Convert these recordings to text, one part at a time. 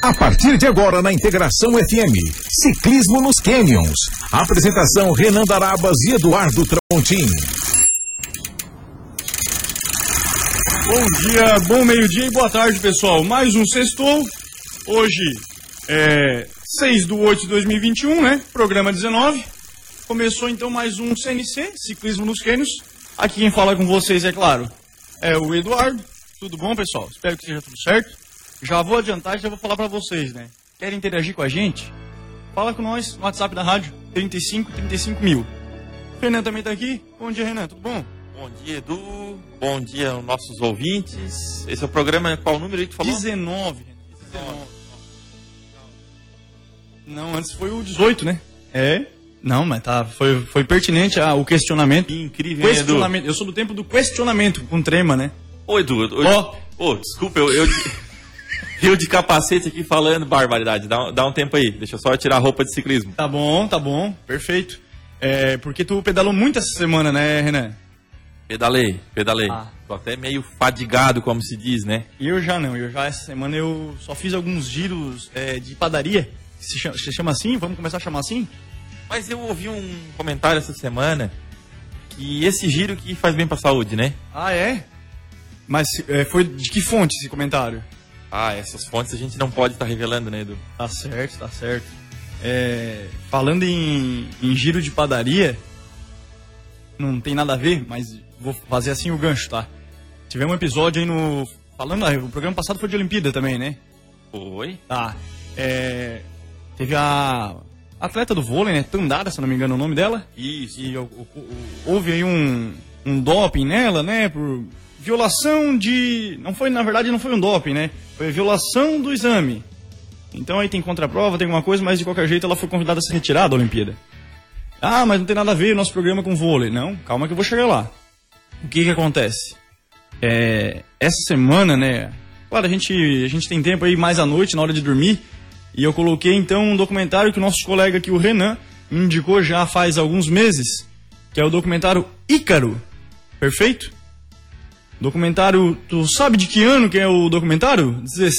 A partir de agora na Integração FM, Ciclismo nos Canyons. Apresentação Renan Darabas e Eduardo Tramontim. Bom dia, bom meio-dia e boa tarde, pessoal. Mais um sextou. Hoje é 6/8/2021, né? Programa 19. Começou então mais um CNC, Ciclismo nos Canyons. Aqui quem fala com vocês, é claro, é o Eduardo. Tudo bom, pessoal? Espero que seja tudo certo. Já vou adiantar e já vou falar pra vocês, né? Querem interagir com a gente? Fala com nós no WhatsApp da rádio, 35 mil. O Renan também tá aqui. Bom dia, Renan, tudo bom? Bom dia, Edu. Bom dia aos nossos ouvintes. Esse é o programa, qual número aí que tu falou? 19. Não, antes foi o 18, né? É? Não, mas tá, foi pertinente o questionamento. Incrível, questionamento. Edu. Eu sou do tempo do questionamento, com trema, né? Ô, Edu, desculpa, eu de capacete aqui falando barbaridade. Dá um tempo aí, deixa eu só tirar a roupa de ciclismo. Tá bom, perfeito. Porque tu pedalou muito essa semana, né, Renan? Pedalei. Tô até meio fadigado, como se diz, né? Eu já essa semana eu só fiz alguns giros de padaria, se chama assim, vamos começar a chamar assim? Mas eu ouvi um comentário essa semana que esse giro que faz bem pra saúde, né? Ah, é? Mas foi de que fonte esse comentário? Essas fontes a gente não pode estar revelando, né, Edu? Tá certo. Falando em giro de padaria, não tem nada a ver, mas vou fazer assim o gancho, tá? Tivemos um episódio aí o programa passado foi de Olimpíada também, né? Foi? Tá. Teve a atleta do vôlei, né? Tandara, se não me engano o nome dela. Isso. E houve aí um doping nela, né? Por violação de... não foi um doping, né? Foi violação do exame. Então aí tem contraprova, tem alguma coisa, mas de qualquer jeito ela foi convidada a se retirar da Olimpíada. Mas não tem nada a ver o nosso programa com vôlei. Não, calma que eu vou chegar lá. O que acontece? Essa semana, né? Claro, a gente tem tempo aí mais à noite, na hora de dormir. E eu coloquei então um documentário que o nosso colega aqui, o Renan, me indicou já faz alguns meses, que é o documentário Ícaro. Perfeito? Documentário, tu sabe de que ano que é o documentário?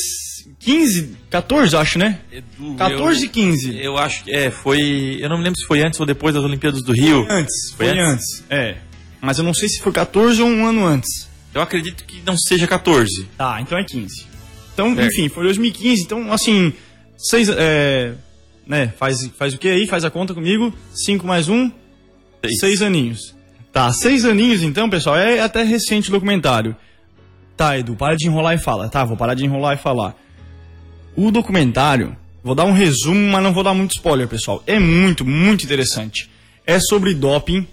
14, acho, né? Edu, 14 e 15. Eu acho que foi... Eu não me lembro se foi antes ou depois das Olimpíadas do Rio. Foi antes. Mas eu não sei se foi 14 ou um ano antes. Eu acredito que não seja 14. Tá, então é 15. Então, enfim, foi 2015. Então, assim, 6... né, faz o que aí? Faz a conta comigo. 5 mais 1, 6 aninhos. Tá, 6 aninhos então, pessoal, é até recente o documentário. Tá, Edu, para de enrolar e fala. Tá, vou parar de enrolar e falar. O documentário, vou dar um resumo, mas não vou dar muito spoiler, pessoal. É muito, muito interessante. É sobre doping,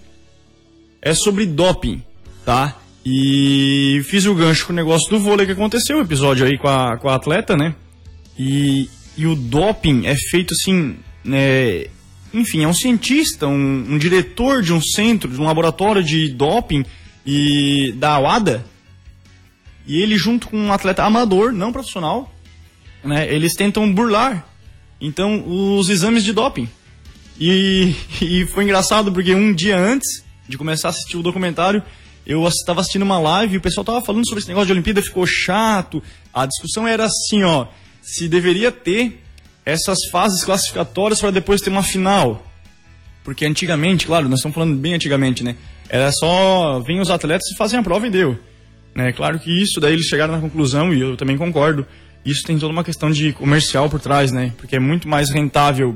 tá? E fiz o gancho com o negócio do vôlei que aconteceu, o episódio aí com a atleta, né? E o doping é feito assim, né? Enfim, é um cientista, um diretor de um centro, de um laboratório de doping e da WADA. E ele junto com um atleta amador, não profissional, né, eles tentam burlar, então, os exames de doping. E foi engraçado porque um dia antes de começar a assistir o documentário, eu estava assistindo uma live e o pessoal estava falando sobre esse negócio de Olimpíada, ficou chato. A discussão era assim, se deveria ter essas fases classificatórias para depois ter uma final. Porque antigamente, claro, nós estamos falando bem antigamente, né? Era só, vêm os atletas e fazem a prova e deu. Né? Claro que isso, daí eles chegaram na conclusão, e eu também concordo, isso tem toda uma questão de comercial por trás, né? Porque é muito mais rentável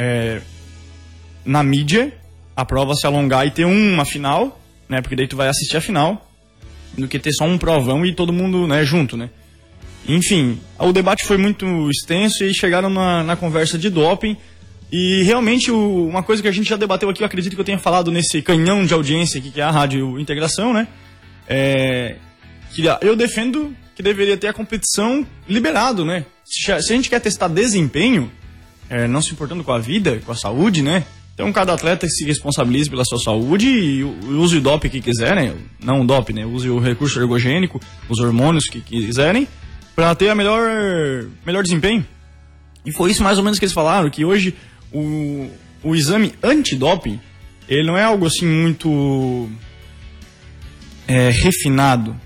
na mídia a prova se alongar e ter uma final, né? Porque daí tu vai assistir a final, do que ter só um provão e todo mundo, né, junto, né? Enfim, o debate foi muito extenso e chegaram na conversa de doping. E realmente uma coisa que a gente já debateu aqui, eu acredito que eu tenha falado nesse canhão de audiência aqui, que é a Rádio Integração, né? Que eu defendo que deveria ter a competição liberado, né? Se a gente quer testar desempenho, não se importando com a vida, com a saúde, né? Então cada atleta se responsabilize pela sua saúde e use o doping que quiser, né? Não o doping, né? Use o recurso ergogênico, os hormônios que quiserem, para ter a melhor desempenho. E foi isso mais ou menos que eles falaram, que hoje o exame antidoping, ele não é algo assim muito refinado.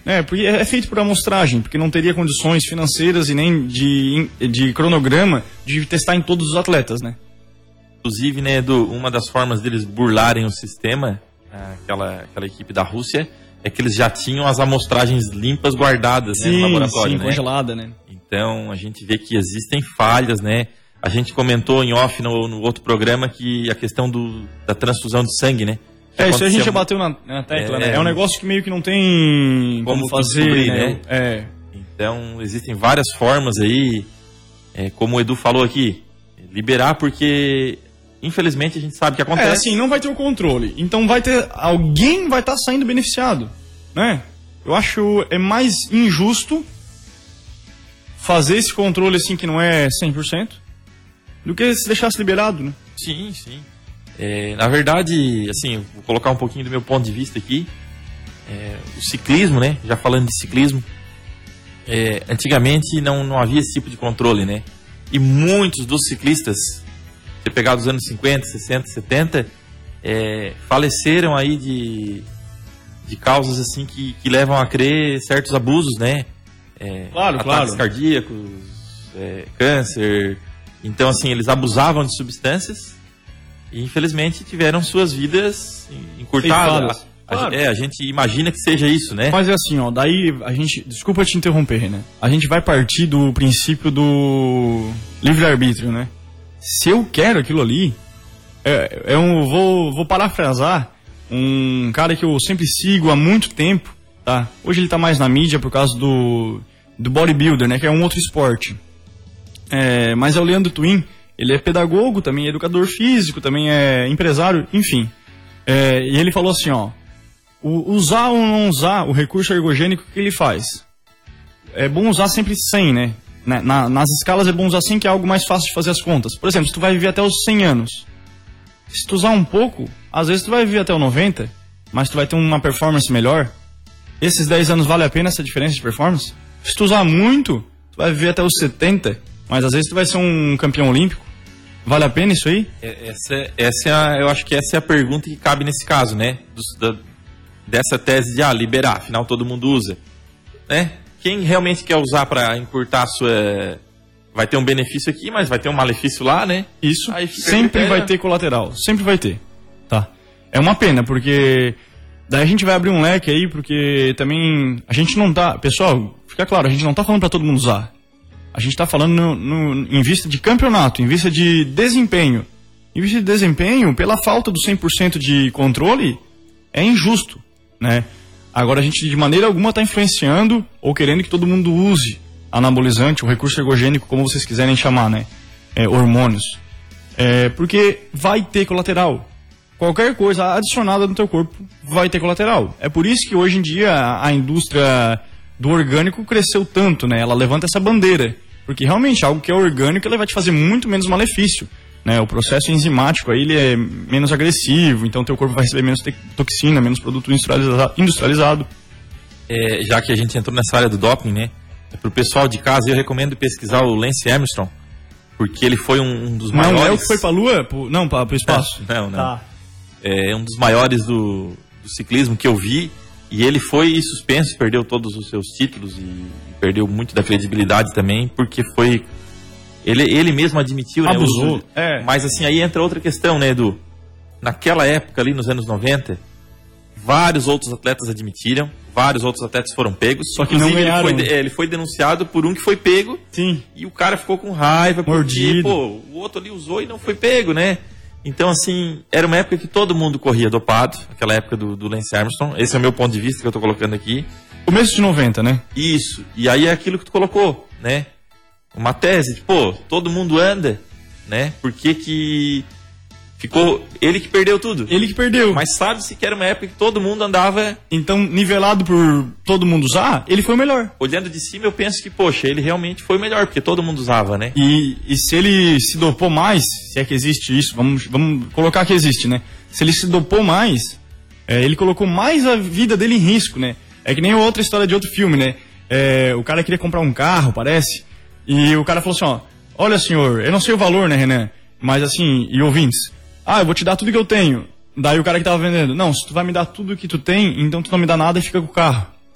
Porque é feito por amostragem, porque não teria condições financeiras e nem de cronograma de testar em todos os atletas, né? Inclusive, né, uma das formas deles burlarem o sistema, aquela equipe da Rússia, é que eles já tinham as amostragens limpas guardadas, né, no laboratório, né? Congelada, né? Então, a gente vê que existem falhas, né? A gente comentou em off no outro programa que a questão da transfusão de sangue, né? Isso a gente já bateu na tecla, né? É um negócio que meio que não tem como fazer, descobrir, né? Então, existem várias formas aí, como o Edu falou aqui, liberar, porque infelizmente a gente sabe que acontece. Não vai ter o controle. Então alguém vai estar saindo beneficiado, né? Eu acho mais injusto fazer esse controle assim que não é 100% do que se deixasse liberado, né? Sim. Na verdade, assim, vou colocar um pouquinho do meu ponto de vista aqui. O ciclismo, né? Já falando de ciclismo, antigamente não havia esse tipo de controle, né? E muitos dos ciclistas, você pegar dos anos 50, 60, 70, faleceram aí de causas assim que levam a crer certos abusos, né? Ataques cardíacos, câncer. Então, assim, eles abusavam de substâncias e, infelizmente, tiveram suas vidas encurtadas. A gente imagina que seja isso, né? Mas é assim, daí a gente... Desculpa te interromper, né? A gente vai partir do princípio do livre-arbítrio, né? Se eu quero aquilo ali... Vou parafrasar um cara que eu sempre sigo há muito tempo, tá? Hoje ele tá mais na mídia por causa do bodybuilder, né? Que é um outro esporte. Mas é o Leandro Twin. Ele é pedagogo, também é educador físico, também é empresário, enfim. E ele falou assim, usar ou não usar o recurso ergogênico, o que ele faz? É bom usar sempre 100, né? Nas escalas é bom usar 100, que é algo mais fácil de fazer as contas. Por exemplo, se tu vai viver até os 100 anos, se tu usar um pouco, às vezes tu vai viver até os 90, mas tu vai ter uma performance melhor. Esses 10 anos vale a pena essa diferença de performance? Se tu usar muito, tu vai viver até os 70, mas às vezes tu vai ser um campeão olímpico. Vale a pena isso aí? Eu acho que essa é a pergunta que cabe nesse caso, né? Dessa tese de liberar, afinal todo mundo usa, né? Quem realmente quer usar para encurtar a sua... Vai ter um benefício aqui, mas vai ter um malefício lá, né? Isso, sempre vai ter colateral, sempre vai ter, tá? É uma pena, porque daí a gente vai abrir um leque aí, porque também a gente não tá... Pessoal, fica claro, a gente não tá falando para todo mundo usar. A gente está falando em vista de campeonato, em vista de desempenho. Em vista de desempenho, pela falta do 100% de controle, é injusto, né? Agora a gente de maneira alguma está influenciando ou querendo que todo mundo use anabolizante, o recurso ergogênico, como vocês quiserem chamar, né? Hormônios. Porque vai ter colateral. Qualquer coisa adicionada no teu corpo vai ter colateral. É por isso que hoje em dia a indústria do orgânico cresceu tanto, né? Ela levanta essa bandeira. Porque realmente algo que é orgânico, ele vai te fazer muito menos malefício, né? O processo enzimático aí, ele é menos agressivo, então teu corpo vai receber menos toxina, menos produto industrializado. Já que a gente entrou nessa área do doping, né? Para o pessoal de casa, eu recomendo pesquisar o Lance Armstrong, porque ele foi um dos maiores... Não é o que foi para a Lua? Não, para o espaço? Não. Tá. É um dos maiores do ciclismo que eu vi. E ele foi suspenso, perdeu todos os seus títulos e perdeu muito da credibilidade também, porque foi... Ele mesmo admitiu, né? Abusou. Mas assim, aí entra outra questão, né, Edu? Naquela época, ali nos anos 90, vários outros atletas admitiram, vários outros atletas foram pegos. Só que não ganharam. Ele foi denunciado por um que foi pego. Sim. E o cara ficou com raiva, mordido. Porque, o outro ali usou e não foi pego, né? Então, assim, era uma época que todo mundo corria dopado, aquela época do Lance Armstrong. Esse é o meu ponto de vista que eu tô colocando aqui. Começo de 90, né? Isso. E aí é aquilo que tu colocou, né? Uma tese de, todo mundo anda, né? Por que ficou ele que perdeu tudo? Ele que perdeu. Mas sabe-se que era uma época que todo mundo andava... Então, nivelado por todo mundo usar, ele foi o melhor. Olhando de cima, eu penso que, ele realmente foi o melhor, porque todo mundo usava, né? E se ele se dopou mais, se é que existe isso, vamos colocar que existe, né? Se ele se dopou mais, ele colocou mais a vida dele em risco, né? É que nem outra história de outro filme, né? O cara queria comprar um carro, parece, e o cara falou assim, olha senhor, eu não sei o valor, né, Renan? Mas assim, e ouvintes, eu vou te dar tudo que eu tenho. Daí o cara que tava vendendo, não, se tu vai me dar tudo que tu tem, então tu não me dá nada e fica com o carro.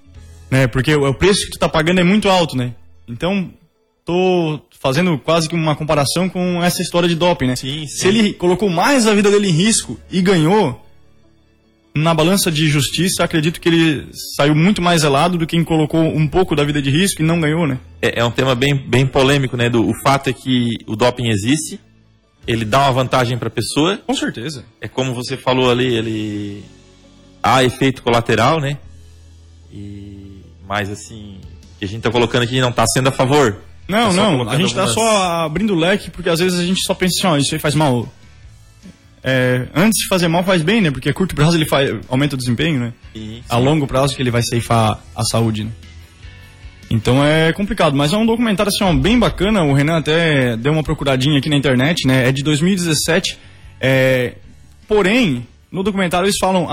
né? Porque o preço que tu tá pagando é muito alto, né? Então, tô fazendo quase que uma comparação com essa história de doping, né? Sim, sim. Se ele colocou mais a vida dele em risco e ganhou, na balança de justiça, acredito que ele saiu muito mais zelado do que quem colocou um pouco da vida de risco e não ganhou, né? É um tema bem polêmico, né, Edu? O fato é que o doping existe, ele dá uma vantagem para a pessoa. Com certeza. É como você falou ali, ele há efeito colateral, né? Mas assim, o que a gente está colocando aqui não está sendo a favor. Não, a gente está só abrindo o leque, porque às vezes a gente só pensa assim, ó, isso aí faz mal. Antes de fazer mal faz bem, né? Porque a curto prazo ele aumenta o desempenho, né? Sim. A longo prazo que ele vai ceifar a saúde, né? Então é complicado, mas é um documentário assim, ó, bem bacana. O Renan até deu uma procuradinha aqui na internet, né? É de 2017. Porém, no documentário eles falam,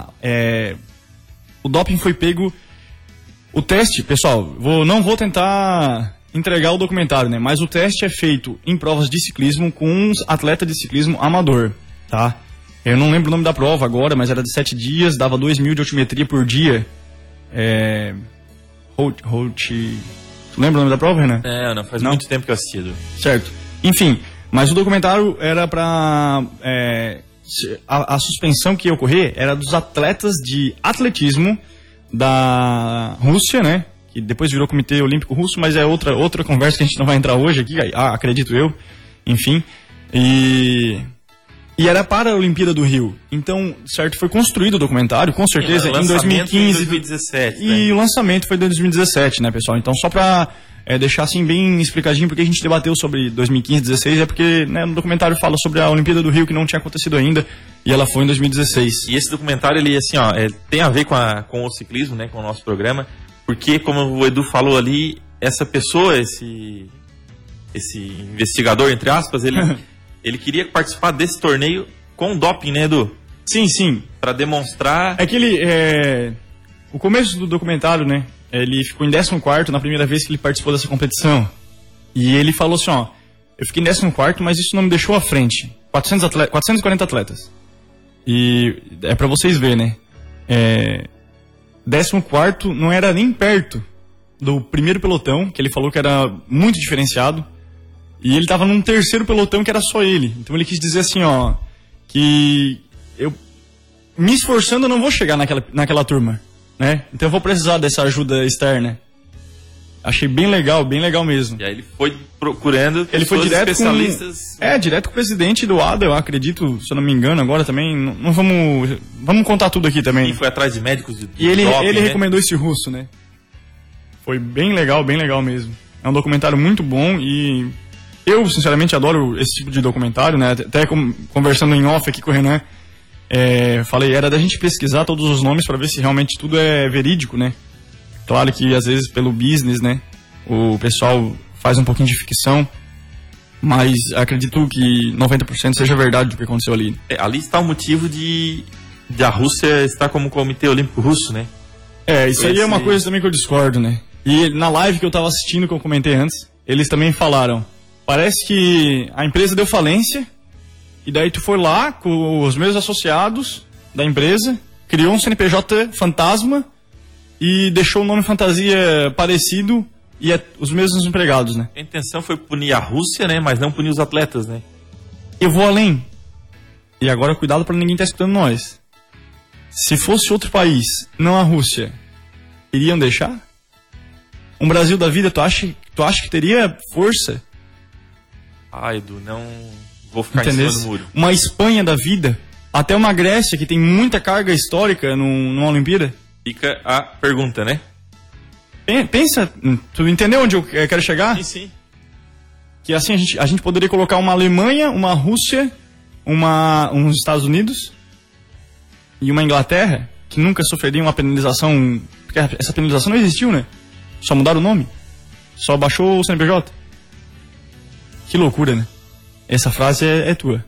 o doping foi pego. O teste, pessoal, não vou tentar entregar o documentário, né? Mas o teste é feito em provas de ciclismo com um atleta de ciclismo amador, tá? Eu não lembro o nome da prova agora, mas era de 7 dias, dava 2.000 de altimetria por dia. Tu lembra o nome da prova, Renan? Não faz muito tempo que eu assisti. Certo. Enfim, mas o documentário era pra... a suspensão que ia ocorrer era dos atletas de atletismo da Rússia, né? Que depois virou Comitê Olímpico Russo, mas é outra conversa que a gente não vai entrar hoje aqui, acredito eu. Enfim. E era para a Olimpíada do Rio. Então, certo, foi construído o documentário, com certeza, em 2015. 2017, e né? o lançamento foi em 2017, né, pessoal? Então, só para deixar assim bem explicadinho, porque a gente debateu sobre 2015, 2016, é porque, né, no documentário fala sobre a Olimpíada do Rio, que não tinha acontecido ainda, e ela foi em 2016. E esse documentário, ele, assim, ó, tem a ver com o ciclismo, né, com o nosso programa, porque, como o Edu falou ali, essa pessoa, esse investigador, entre aspas, ele queria participar desse torneio com doping, né, Edu? Sim. Para demonstrar... É que o começo do documentário, né, ele ficou em 14º na primeira vez que ele participou dessa competição. E ele falou assim, ó, eu fiquei em 14º, mas isso não me deixou à frente. 440 atletas. E é pra vocês verem, né, 14º não era nem perto do primeiro pelotão, que ele falou que era muito diferenciado. E ele tava num terceiro pelotão que era só ele. Então ele quis dizer assim, ó, que eu me esforçando eu não vou chegar naquela turma, né? Então eu vou precisar dessa ajuda externa. Achei bem legal mesmo. E aí ele foi procurando ele foi direto especialistas. Direto com o presidente do ADA, eu acredito, se eu não me engano agora também. Não vamos contar tudo aqui também. E foi atrás de médicos de E ele né? recomendou esse russo, né? Foi bem legal mesmo. É um documentário muito bom e eu, sinceramente, adoro esse tipo de documentário, né? Até conversando em off aqui com o Renan, falei, era da gente pesquisar todos os nomes para ver se realmente tudo é verídico, né? Claro que, às vezes, pelo business, né? O pessoal faz um pouquinho de ficção, mas acredito que 90% seja verdade do que aconteceu ali. Ali está o motivo da Rússia estar como Comitê Olímpico Russo, né? Isso aí é uma coisa também que eu discordo, né? E na live que eu tava assistindo, que eu comentei antes, eles também falaram, parece que a empresa deu falência, e daí tu foi lá com os meus associados da empresa, criou um CNPJ fantasma e deixou o nome fantasia parecido e os mesmos empregados, né? A intenção foi punir a Rússia, né? Mas não punir os atletas, né? Eu vou além. E agora cuidado para ninguém estar escutando nós. Se fosse outro país, não a Rússia, iriam deixar? Um Brasil da vida, tu acha que teria força? Edu, não vou ficar Entendeu? em cima do muro. Uma Espanha da vida, até uma Grécia que tem muita carga histórica numa Olimpíada. Fica a pergunta, né? Pensa, tu entendeu onde eu quero chegar? Sim. Que assim a gente poderia colocar uma Alemanha, uma Rússia, uns Estados Unidos e uma Inglaterra, que nunca sofreriam uma penalização, porque essa penalização não existiu, né? Só mudaram o nome. Só baixou o CNPJ. Que loucura, né? Essa frase é tua.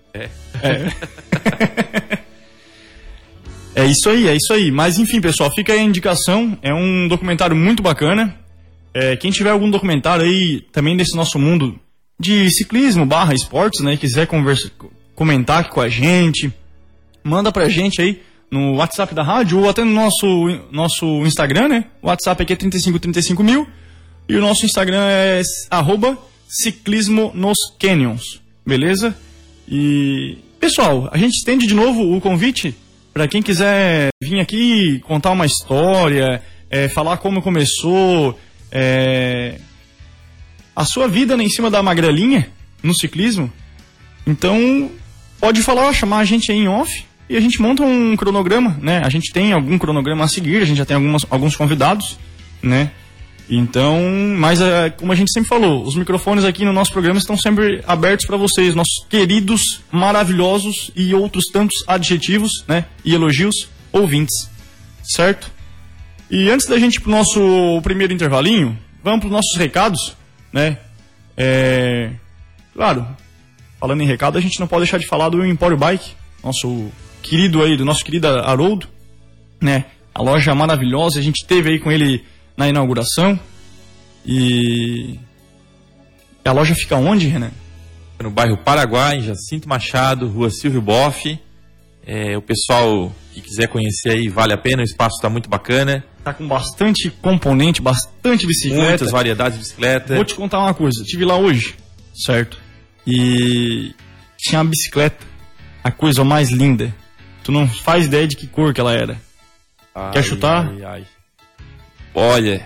É isso aí. Mas enfim, pessoal, fica aí a indicação. É um documentário muito bacana. Quem tiver algum documentário aí também desse nosso mundo de ciclismo / esportes, né? Quiser comentar aqui com a gente, manda pra gente aí no WhatsApp da rádio ou até no nosso Instagram, né? O WhatsApp aqui é 35 e o nosso Instagram é @ciclismo nos Canyons, beleza? E, pessoal, a gente estende de novo o convite para quem quiser vir aqui contar uma história, falar como começou, a sua vida, né, em cima da magrelinha no ciclismo. Então, pode falar, chamar a gente aí em off e a gente monta um cronograma, né? A gente tem algum cronograma a seguir, a gente já tem alguns convidados, né? Então, mas como a gente sempre falou, os microfones aqui no nosso programa estão sempre abertos para vocês, nossos queridos, maravilhosos e outros tantos adjetivos, né? E elogios ouvintes, certo? E antes da gente ir pro nosso primeiro intervalinho, vamos pros nossos recados, né? Claro, falando em recado, a gente não pode deixar de falar do Empório Bike, nosso querido Haroldo, né? A loja maravilhosa, a gente teve aí com ele na inauguração. E a loja fica onde, Renan? No bairro Paraguai, em Jacinto Machado, rua Silvio Boff. O pessoal que quiser conhecer aí, vale a pena, o espaço está muito bacana. Tá com bastante componente, bastante bicicleta. Muitas variedades de bicicleta. Vou te contar uma coisa, estive lá hoje, certo? E tinha uma bicicleta, a coisa mais linda. Tu não faz ideia de que cor que ela era. Quer chutar? Olha,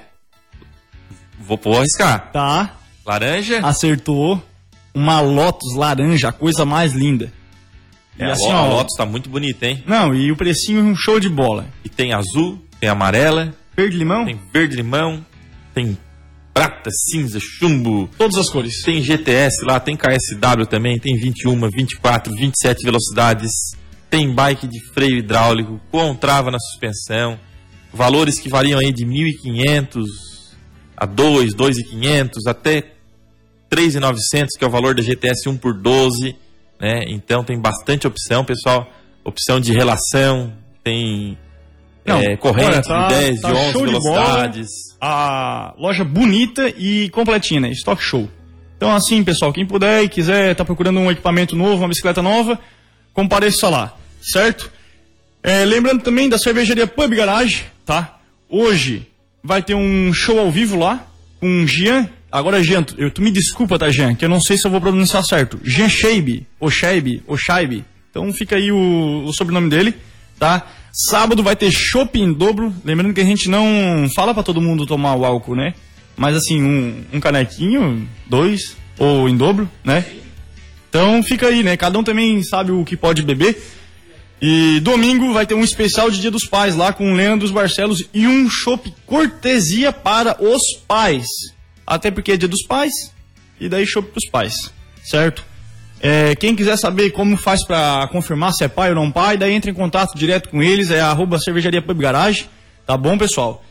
vou arriscar. Tá. Laranja? Acertou. Uma Lotus laranja, a coisa mais linda. E assim, a Lotus tá muito bonita, hein? Não, e o precinho é um show de bola. E tem azul, tem amarela. Verde-limão? Tem verde-limão, tem prata, cinza, chumbo. Todas as cores. Tem GTS lá, tem KSW também, tem 21, 24, 27 velocidades. Tem bike de freio hidráulico, com trava na suspensão. Valores que variam aí de 1.500 a 2.500 até 3.900, que é o valor da GTS 1x12, né? Então tem bastante opção, pessoal. Opção de relação, tem corrente de 10, de 11 velocidades. A loja bonita e completinha, Stock Show. Então assim, pessoal, quem puder e quiser, tá procurando um equipamento novo, uma bicicleta nova, compareça lá, certo? Lembrando também da cervejaria Pub Garage, tá? Hoje vai ter um show ao vivo lá com Jean. Agora, Jean, tu me desculpa, tá, Jean? Que eu não sei se eu vou pronunciar certo. Jean Scheibe, ou Scheibe. Então fica aí o sobrenome dele, tá? Sábado vai ter chopp em dobro. Lembrando que a gente não fala pra todo mundo tomar o álcool, né? Mas assim, um canequinho, 2, ou em dobro, né? Então fica aí, né? Cada um também sabe o que pode beber. E domingo vai ter um especial de Dia dos Pais lá com o Leandro Barcelos e um chopp cortesia para os pais. Até porque é Dia dos Pais e daí chopp pros pais, certo? Quem quiser saber como faz para confirmar se é pai ou não pai, daí entra em contato direto com eles, @cervejaria Pub Garage, tá bom, pessoal?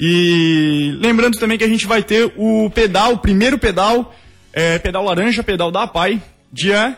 E lembrando também que a gente vai ter o primeiro pedal laranja, pedal da APAI, dia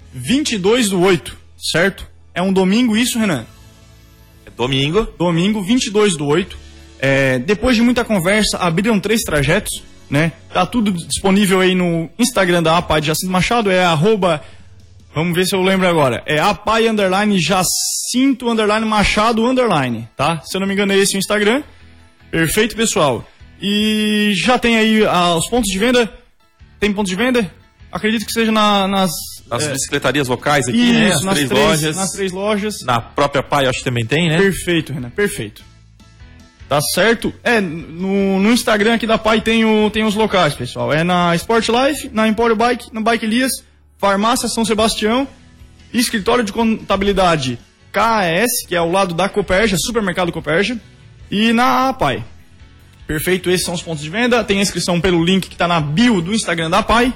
22/8, certo? É um domingo isso, Renan? É domingo. Domingo, 22/8. Depois de muita conversa, abriram 3 trajetos, né? Tá tudo disponível aí no Instagram da APAI de Jacinto Machado, vamos ver se eu lembro agora, APAI _Jacinto _Machado _, tá? Se eu não me engano é esse o Instagram. Perfeito, pessoal. E já tem aí os pontos de venda? Tem pontos de venda? Acredito que seja nas bicicletarias locais aqui, isso, né? As 3 lojas. Nas 3 lojas. Na própria PAI, acho que também tem, né? Perfeito, Renan, perfeito. Tá certo? No Instagram aqui da PAI tem os locais, pessoal. Na Sport Life, na Empório Bike, na Bike Elias, Farmácia São Sebastião, Escritório de Contabilidade KAS, que é ao lado da Copérgia, Supermercado Copérgia, e na APAI. Perfeito, esses são os pontos de venda. Tem a inscrição pelo link que está na bio do Instagram da APAI.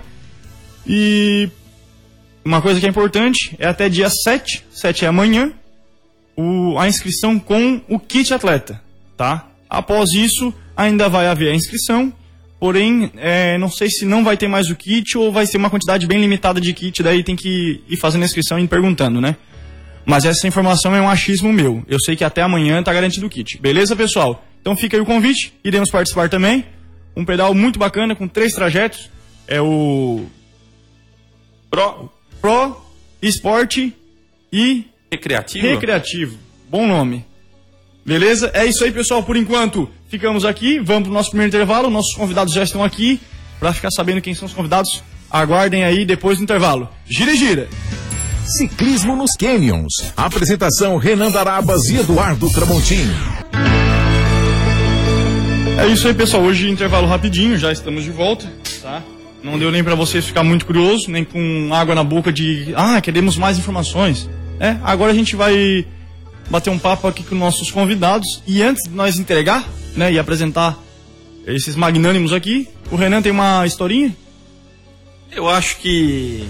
E uma coisa que é importante, até dia 7 é amanhã, a inscrição com o kit atleta, tá? Após isso, ainda vai haver a inscrição, porém, não sei se não vai ter mais o kit ou vai ser uma quantidade bem limitada de kit, daí tem que ir fazendo a inscrição e ir perguntando, né? Mas essa informação é um achismo meu. Eu sei que até amanhã tá garantido o kit. Beleza, pessoal? Então fica aí o convite, iremos participar também. Um pedal muito bacana, com 3 trajetos. É o Pro, Sport e Recreativo. Bom nome. Beleza? É isso aí, pessoal. Por enquanto, ficamos aqui. Vamos pro nosso primeiro intervalo. Nossos convidados já estão aqui. Para ficar sabendo quem são os convidados, aguardem aí depois do intervalo. Gira e gira. Ciclismo nos Canyons. Apresentação Renan Darabas e Eduardo Tramontim. É isso aí, pessoal. Hoje intervalo rapidinho, já estamos de volta, tá? Não deu nem para vocês ficar muito curiosos, nem com água na boca de queremos mais informações. Agora a gente vai bater um papo aqui com nossos convidados. E antes de nós entregar, né, e apresentar esses magnânimos aqui, o Renan tem uma historinha? Eu acho que...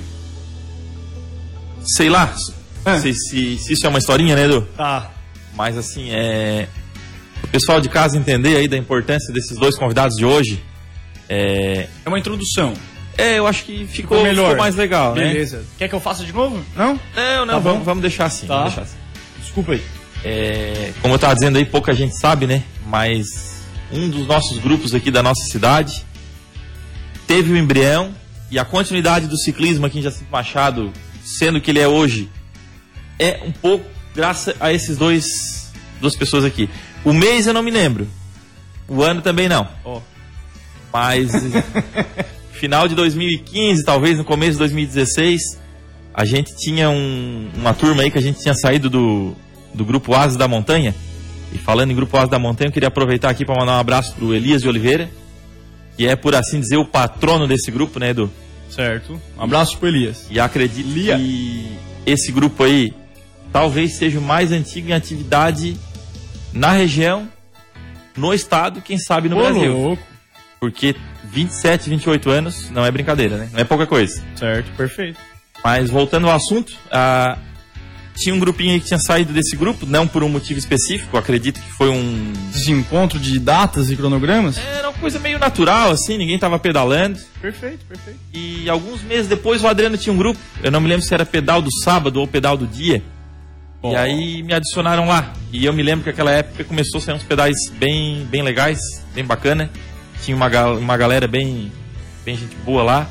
Sei lá, se isso é uma historinha, né, Edu? Tá. Mas assim, o pessoal de casa entender aí da importância desses dois convidados de hoje. É uma introdução. Eu acho que ficou melhor. Ficou mais legal, né? Beleza. Quer que eu faça de novo? Não? Não, tá bom. Vamos deixar assim. Tá. Vamos deixar assim. Desculpa aí. Como eu estava dizendo aí, pouca gente sabe, né? Mas um dos nossos grupos aqui da nossa cidade teve o embrião e a continuidade do ciclismo aqui em Jacinto Machado, sendo que ele é hoje, é um pouco graças a esses duas pessoas aqui. O mês eu não me lembro. O ano também não. Mas final de 2015, talvez no começo de 2016, a gente tinha uma turma aí que a gente tinha saído do Grupo Asas da Montanha. E falando em Grupo Asas da Montanha, eu queria aproveitar aqui para mandar um abraço pro Elias de Oliveira, que é, por assim dizer, o patrono desse grupo, né, Edu? Certo. Um abraço pro Elias. E acredito que esse grupo aí talvez seja o mais antigo em atividade na região, no estado e quem sabe no Brasil. Louco. Porque 27, 28 anos não é brincadeira, né? Não é pouca coisa. Certo, perfeito. Mas voltando ao assunto, tinha um grupinho aí que tinha saído desse grupo, não por um motivo específico, acredito que foi um desencontro de datas e cronogramas? Era uma coisa meio natural, assim, ninguém tava pedalando. Perfeito. E alguns meses depois o Adriano tinha um grupo, eu não me lembro se era pedal do sábado ou pedal do dia. E aí me adicionaram lá. E eu me lembro que naquela época começou a sair uns pedais bem legais, bem bacana. Tinha uma galera bem gente boa lá.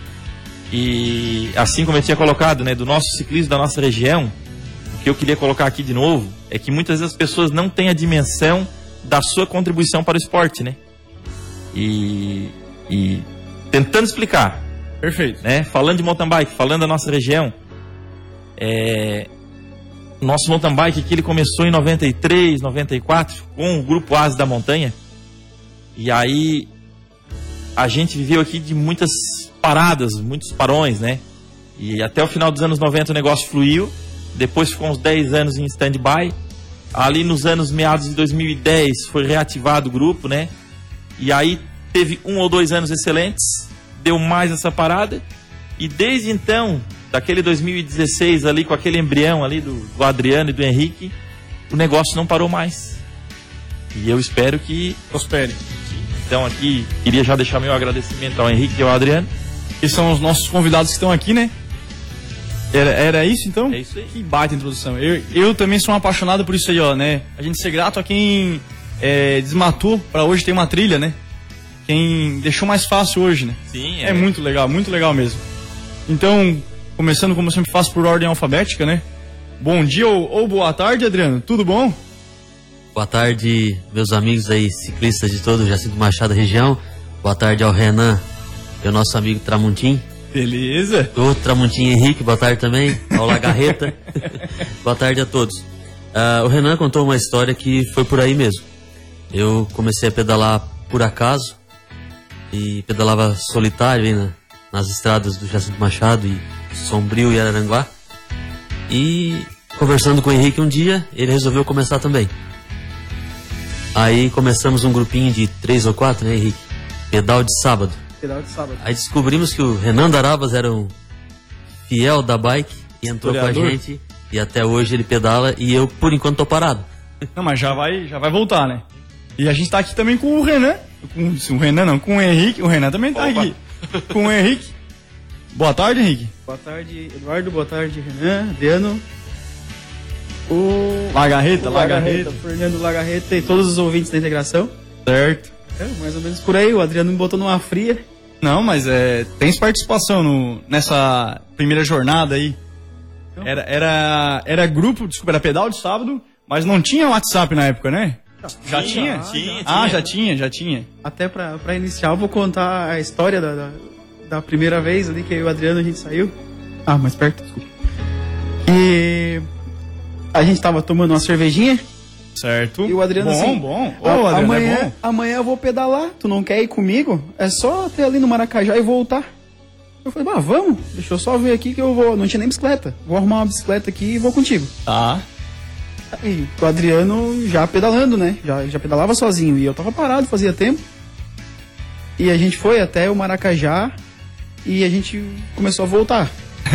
E assim como eu tinha colocado, né, do nosso ciclismo da nossa região, o que eu queria colocar aqui de novo é que muitas vezes as pessoas não têm a dimensão da sua contribuição para o esporte, né? E tentando explicar. Perfeito. Né? Falando de mountain bike, falando da nossa região, nosso mountain bike aqui ele começou em 93, 94 com o Grupo Asas da Montanha. E aí a gente viveu aqui de muitas paradas, muitos parões, né? E até o final dos anos 90 o negócio fluiu. Depois ficou uns 10 anos em stand-by. Ali nos anos meados de 2010 foi reativado o grupo, né? E aí teve 1 ou 2 anos excelentes. Deu mais essa parada. E desde então, daquele 2016 ali, com aquele embrião ali do Adriano e do Henrique, o negócio não parou mais. E eu espero que prospere. Então aqui, queria já deixar meu agradecimento ao Henrique e ao Adriano. Que são os nossos convidados que estão aqui, né? Era isso então? É isso aí. Que baita introdução. Eu também sou um apaixonado por isso aí, ó, né? A gente ser grato a quem desmatou pra hoje ter uma trilha, né? Quem deixou mais fácil hoje, né? Sim, é muito legal mesmo. Então, começando como eu sempre faço por ordem alfabética, né? Bom dia ou boa tarde, Adriano. Tudo bom? Boa tarde, meus amigos aí, ciclistas de todo o Jacinto Machado região. Boa tarde ao Renan e ao nosso amigo Tramontim. Beleza. O Tramontim Henrique, boa tarde também. Ao Lagarreta. Boa tarde a todos. O Renan contou uma história que foi por aí mesmo. Eu comecei a pedalar por acaso e pedalava solitário aí nas estradas do Jacinto Machado e Sombrio e Araranguá. E conversando com o Henrique um dia, ele resolveu começar também. Aí começamos um grupinho de 3 ou 4, né, Henrique? Pedal de sábado. Aí descobrimos que o Renan Darabas era um fiel da bike e entrou com a gente. E até hoje ele pedala e eu, por enquanto, tô parado. Não, mas já vai voltar, né? E a gente tá aqui também com o Renan. Com o Renan não, com o Henrique. O Renan também tá aqui. Com o Henrique. Boa tarde, Henrique. Boa tarde, Eduardo. Boa tarde, Renan, Adriano. O Lagarreta. O Fernando Lagarreta e todos os ouvintes da integração. Certo. Mais ou menos por aí, o Adriano me botou numa fria. Não, mas tem participação nessa primeira jornada aí. Era grupo, desculpa, era pedal de sábado, Mas não tinha WhatsApp na época, né? Já tinha? Tinha. Ah, já tinha. Até pra iniciar, eu vou contar a história da primeira vez ali que eu e o Adriano a gente saiu. Ah, mais perto, desculpa. E a gente tava tomando uma cervejinha. Certo. E o Adriano assim... Bom. Ó, Ô, Adriano, amanhã eu vou pedalar, tu não quer ir comigo? É só até ali no Maracajá e voltar. Eu falei, vamos, deixa eu só ver aqui que eu vou... Não tinha nem bicicleta. Vou arrumar uma bicicleta aqui e vou contigo. Tá. E o Adriano já pedalando, né? Já pedalava sozinho. E eu tava parado, fazia tempo. E a gente foi até o Maracajá e a gente começou a voltar.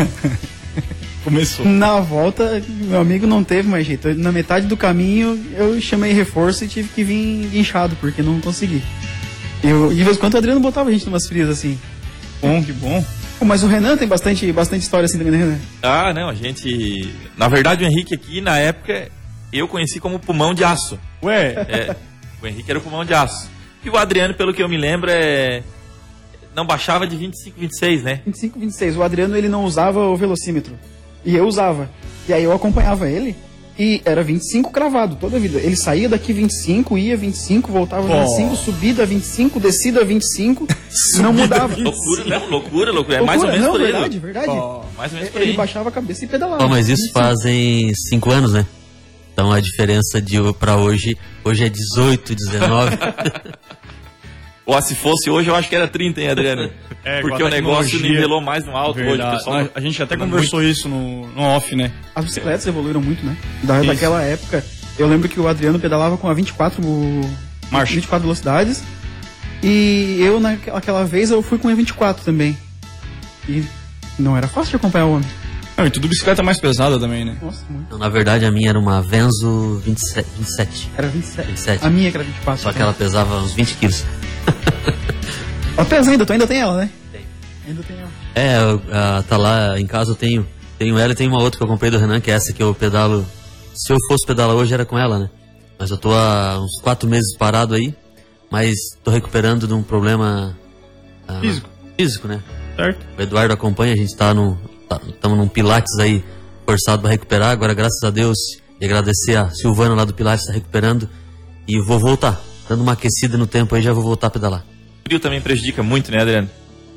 Começou. Na volta, meu amigo não teve mais jeito. Na metade do caminho, eu chamei reforço e tive que vir inchado, porque não consegui. De vez em quando o Adriano botava a gente numas frias assim. Bom, que bom. Pô, mas o Renan tem bastante história assim também, né, Renan? Ah, não, a gente... Na verdade, o Henrique aqui, na época, eu conheci como pulmão de aço. Ué, O Henrique era o pulmão de aço. E o Adriano, pelo que eu me lembro, não baixava de 25, 26, né? 25, 26. O Adriano, ele não usava o velocímetro. E eu usava. E aí eu acompanhava ele e era 25 cravado toda a vida. Ele saía daqui 25, ia 25, voltava 25, subida 25, descida 25, não mudava. Loucura, não, loucura. É mais ou menos não, por aí. verdade. Mais ou menos por Ele aí. baixava a cabeça e pedalava. Mas isso 25. fazem 5 anos, né? Então a diferença pra hoje é 18, 19. Ou se fosse hoje, eu acho que era 30, hein, Adriano? Porque o negócio tecnologia. nivelou mais no alto hoje. verdade. Pessoal, A gente até conversou isso no off, né? As bicicletas evoluíram muito, né? Daquela época, eu lembro que o Adriano pedalava com a 24 Marcha. 24 velocidades. E eu, naquela vez, eu fui com a 24 também. E não era fácil de acompanhar o homem. Não, e tudo bicicleta mais pesada também, né? Nossa, muito. Então, na verdade, a minha era uma Venzo 27. Era 27. 27. A minha que era 24. Só que ela pesava uns 20 quilos. Ela pesa ainda, tu ainda tem ela, né? Tem. Ainda tem ela. Tá lá em casa, eu tenho ela e tem uma outra que eu comprei do Renan, que é essa que eu pedalo. Se eu fosse pedalar hoje era com ela, né? Mas eu tô há uns 4 meses parado aí, mas tô recuperando de um problema físico, né? Certo? O Eduardo acompanha, a gente estamos num Pilates aí forçado para recuperar. Agora, graças a Deus, e agradecer a Silvana lá do Pilates, tá recuperando. E vou voltar, dando uma aquecida no tempo aí, já vou voltar a pedalar. o frio também prejudica muito, né, Adriano?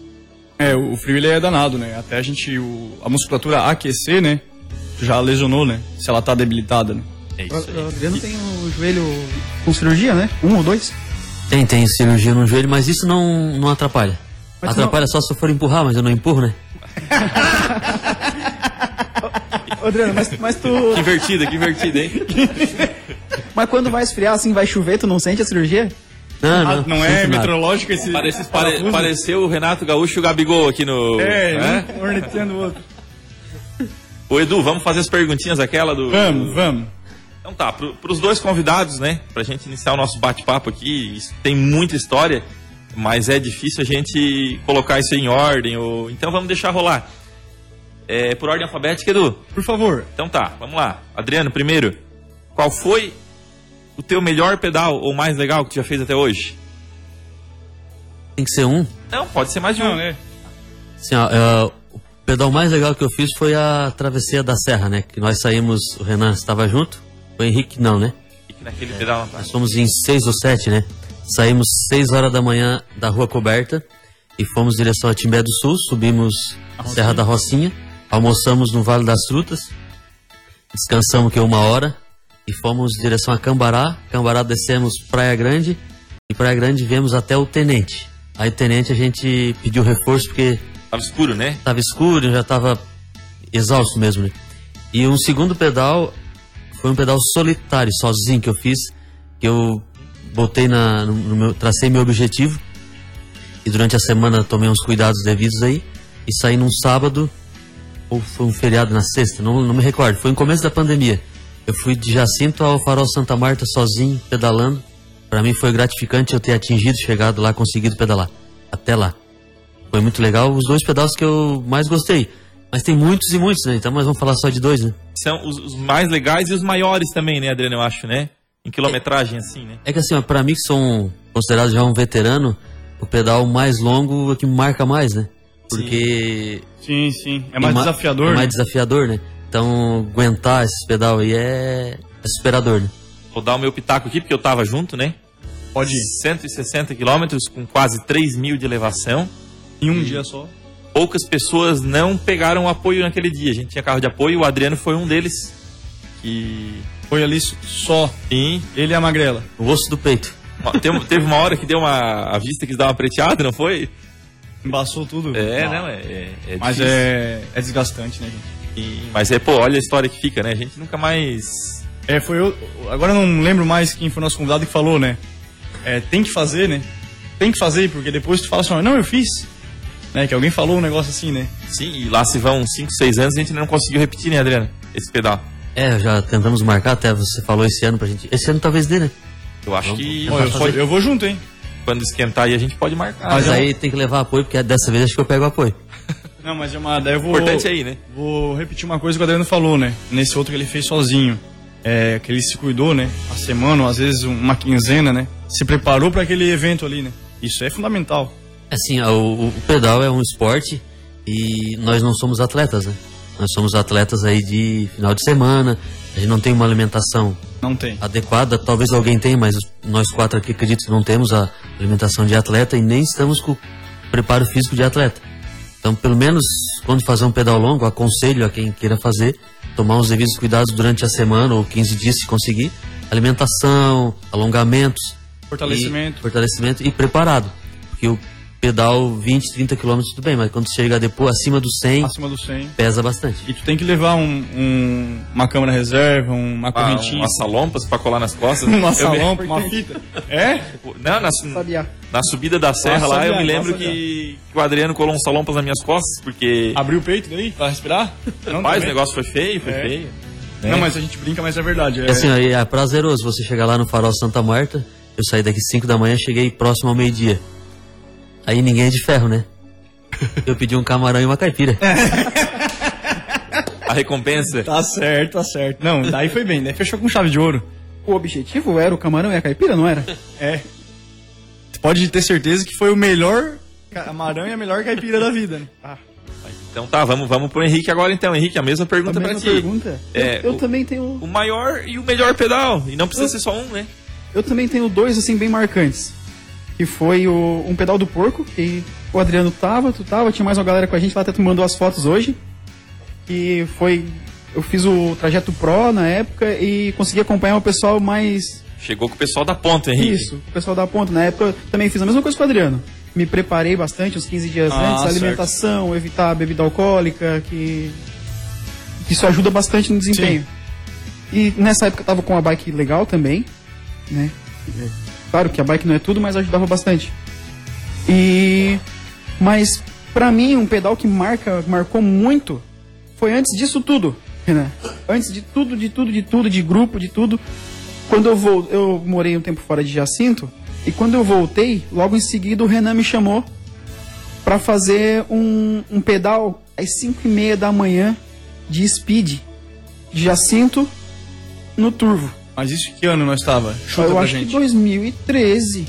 O frio ele é danado, né? Até a musculatura aquecer, né? Já lesionou, né? Se ela tá debilitada, né? É isso O aí. Adriano tem o joelho com cirurgia, né? 1 ou 2? Tem cirurgia no joelho, mas isso não atrapalha. Mas Atrapalha só se eu for empurrar, mas eu não empurro, né? Ô, Adriano, mas tu... Que invertido, hein? Mas quando vai esfriar, assim, vai chover, tu não sente a cirurgia? Não é sinto nada. meteorológico esse parafuso? Pareceu o Renato Gaúcho e o Gabigol aqui no... Um orneteando o outro. Ô, Edu, vamos fazer as perguntinhas aquela do... Vamos. Então tá, pros dois convidados, né, pra gente iniciar o nosso bate-papo aqui, isso tem muita história, mas é difícil a gente colocar isso em ordem, então vamos deixar rolar. Por ordem alfabética, Edu? Por favor. Então tá, vamos lá. Adriano, primeiro, qual foi o teu melhor pedal ou mais legal que tu já fez até hoje? Tem que ser um. Não, pode ser mais de um. Não, né? Assim, ó, o pedal mais legal que eu fiz foi a travessia da Serra, né? Que nós saímos, o Renan estava junto, o Henrique não, né? Fique naquele pedal. Nós fomos em 6 ou 7, né? Saímos 6 horas da manhã da Rua Coberta e fomos em direção a Timbé do Sul, subimos a Serra da Rocinha, almoçamos no Vale das Frutas, descansamos que 1 hora e fomos em direção a Cambará. Cambará descemos Praia Grande e Praia Grande viemos até o Tenente. Aí o Tenente a gente pediu reforço porque Tava escuro, né? estava escuro, eu já estava exausto mesmo, né? E um segundo pedal foi um pedal solitário, sozinho, que eu fiz, que eu botei tracei meu objetivo e durante a semana tomei uns cuidados devidos aí e saí num sábado, ou foi um feriado na sexta, não me recordo, foi no começo da pandemia. Eu fui de Jacinto ao Farol Santa Marta sozinho, pedalando. Para mim foi gratificante eu ter chegado lá, conseguido pedalar. Até lá. Foi muito legal, os 2 pedais que eu mais gostei. Mas tem muitos e muitos, né? Então nós vamos falar só de 2, né? São os mais legais e os maiores também, né, Adriano, eu acho, né? Em quilometragem, assim, né? É que assim, ó, pra mim que sou considerado já um veterano, o pedal mais longo é que me marca mais, né? Porque Sim. É mais desafiador. É né? mais desafiador, né? Então, aguentar esses pedal aí é desesperador, né? Vou dar o meu pitaco aqui, porque eu tava junto, né? Pode ir. 160 quilômetros com quase 3.000 de elevação. Em um dia só. Poucas pessoas não pegaram apoio naquele dia. A gente tinha carro de apoio, o Adriano foi um deles. Que... Foi ali só. Sim. Ele e a magrela. O osso do peito. Teve uma hora que deu a vista quis dar uma preteada, não foi? Embaçou tudo. É Mas difícil. é desgastante, né, gente? Mas pô, olha a história que fica, né? A gente nunca mais... Foi eu. Agora eu não lembro mais quem foi o nosso convidado que falou, né? Tem que fazer, né? Tem que fazer, porque depois tu fala assim, não, eu fiz. Né? Que alguém falou um negócio assim, né? Sim, e lá se vão 5, 6 anos e a gente não conseguiu repetir, né, Adriano? Esse pedal. Já tentamos marcar, até você falou esse ano pra gente. Esse ano talvez dê, né? Eu acho que Eu vou junto, hein? quando esquentar aí a gente pode marcar. Mas aí tem que levar apoio, porque dessa vez acho que eu pego apoio. Não, mas daí eu vou... Importante aí, né? Vou repetir uma coisa que o Adriano falou, né? Nesse outro que ele fez sozinho. Que ele se cuidou, né? A semana, ou às vezes uma quinzena, né? Se preparou para aquele evento ali, né? Isso é fundamental. Assim, o pedal é um esporte e nós não somos atletas, né? Nós somos atletas aí de final de semana, a gente não tem uma alimentação Não tem. adequada, talvez alguém tenha, mas nós 4 aqui acredito que não temos a alimentação de atleta e nem estamos com o preparo físico de atleta. Então, pelo menos, quando fazer um pedal longo, aconselho a quem queira fazer, tomar os devidos cuidados durante a semana ou 15 dias se conseguir, alimentação, alongamentos, fortalecimento e preparado, porque o pedal 20, 30 km tudo bem, mas quando chega depois acima do 100, pesa bastante. E tu tem que levar uma câmera reserva, uma correntinha. Umas salompas pra colar nas costas. Uma salompa, uma fita. Não, na subida da serra lá, eu me lembro que o Adriano colou uns salompas nas minhas costas, porque... Abriu o peito daí pra respirar? Mas o negócio foi feio, feio. Não, mas a gente brinca, mas é verdade. Assim, aí é prazeroso você chegar lá no Farol Santa Marta, eu saí daqui 5 da manhã, cheguei próximo ao meio-dia. Aí ninguém é de ferro, né? Eu pedi um camarão e uma caipira. A recompensa. Tá certo. Não, daí foi bem, daí fechou com chave de ouro. O objetivo era o camarão e a caipira, não era? Você pode ter certeza que foi o melhor camarão e a melhor caipira da vida, né? Então tá, vamos pro Henrique agora então. Henrique, a mesma pergunta pra ti. Pergunta? Eu também tenho... O maior e o melhor pedal. E não precisa ser só um, né? Eu também tenho 2, assim, bem marcantes. Que foi um pedal do porco, que o Adriano tu tava, tinha mais uma galera com a gente lá, até tu mandou as fotos hoje. Que foi... Eu fiz o trajeto Pro na época e consegui acompanhar o pessoal mais... Chegou com o pessoal da ponta, Henrique. Isso, o pessoal da ponta. Na época eu também fiz a mesma coisa com o Adriano. Me preparei bastante, uns 15 dias antes, alimentação, evitar a bebida alcoólica, que isso ajuda bastante no desempenho. Sim. E nessa época eu tava com a bike legal também, né? Claro que a bike não é tudo, mas ajudava bastante. Mas pra mim um pedal que marcou muito foi antes disso tudo, Renan. Antes de tudo, de grupo, de tudo. Quando eu morei um tempo fora de Jacinto, e quando eu voltei, logo em seguida o Renan me chamou pra fazer um pedal às 5h30 da manhã de speed, de Jacinto no Turvo. Mas isso que ano nós estava? Eu acho que 2013,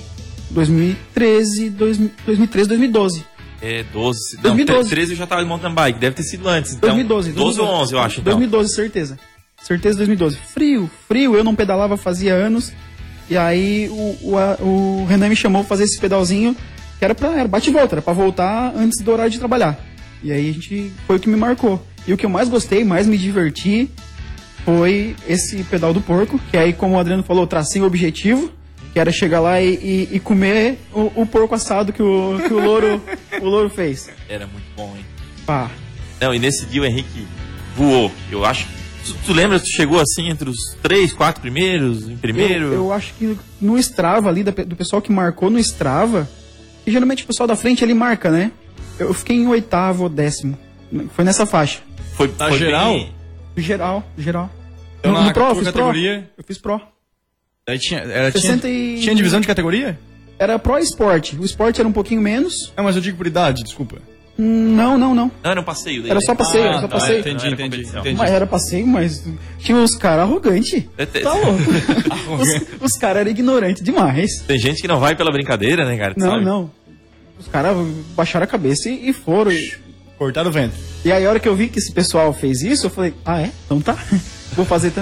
2012. 13 eu já tava de mountain bike, deve ter sido antes. Então, 2012. 12 ou 11, eu acho. Então. 2012, certeza. Certeza 2012. Frio, eu não pedalava fazia anos. E aí o Renan me chamou pra fazer esse pedalzinho, que era bate e volta, era pra voltar antes do horário de trabalhar. E aí foi o que me marcou. E o que eu mais gostei, mais me diverti, foi esse pedal do porco, que aí, como o Adriano falou, tracei o objetivo, que era chegar lá e comer o porco assado que o louro fez. Era muito bom, hein? Pá. Não, e nesse dia o Henrique voou. Eu acho que... Tu lembra, tu chegou assim entre os 3, 4 primeiros, em primeiro? Eu acho que no Strava ali, do pessoal que marcou no Strava, que geralmente o pessoal da frente ele marca, né? Eu fiquei em 8º ou 10º. Foi nessa faixa. Foi geral? Bem... Geral. Então, no Pro, fiz categoria? Pro. Eu fiz Pro. Daí tinha divisão de categoria? Era Pro Sport. O Sport era um pouquinho menos. Mas eu digo por idade, desculpa. Não. Não, era um passeio. Era só passeio, Entendi. Mas era passeio, mas tinha uns caras arrogantes. Tá louco. Os caras eram ignorantes demais. Tem gente que não vai pela brincadeira, né, cara? Não. Os caras baixaram a cabeça e foram. Cortaram o vento. E aí, a hora que eu vi que esse pessoal fez isso, eu falei, então tá, vou fazer também.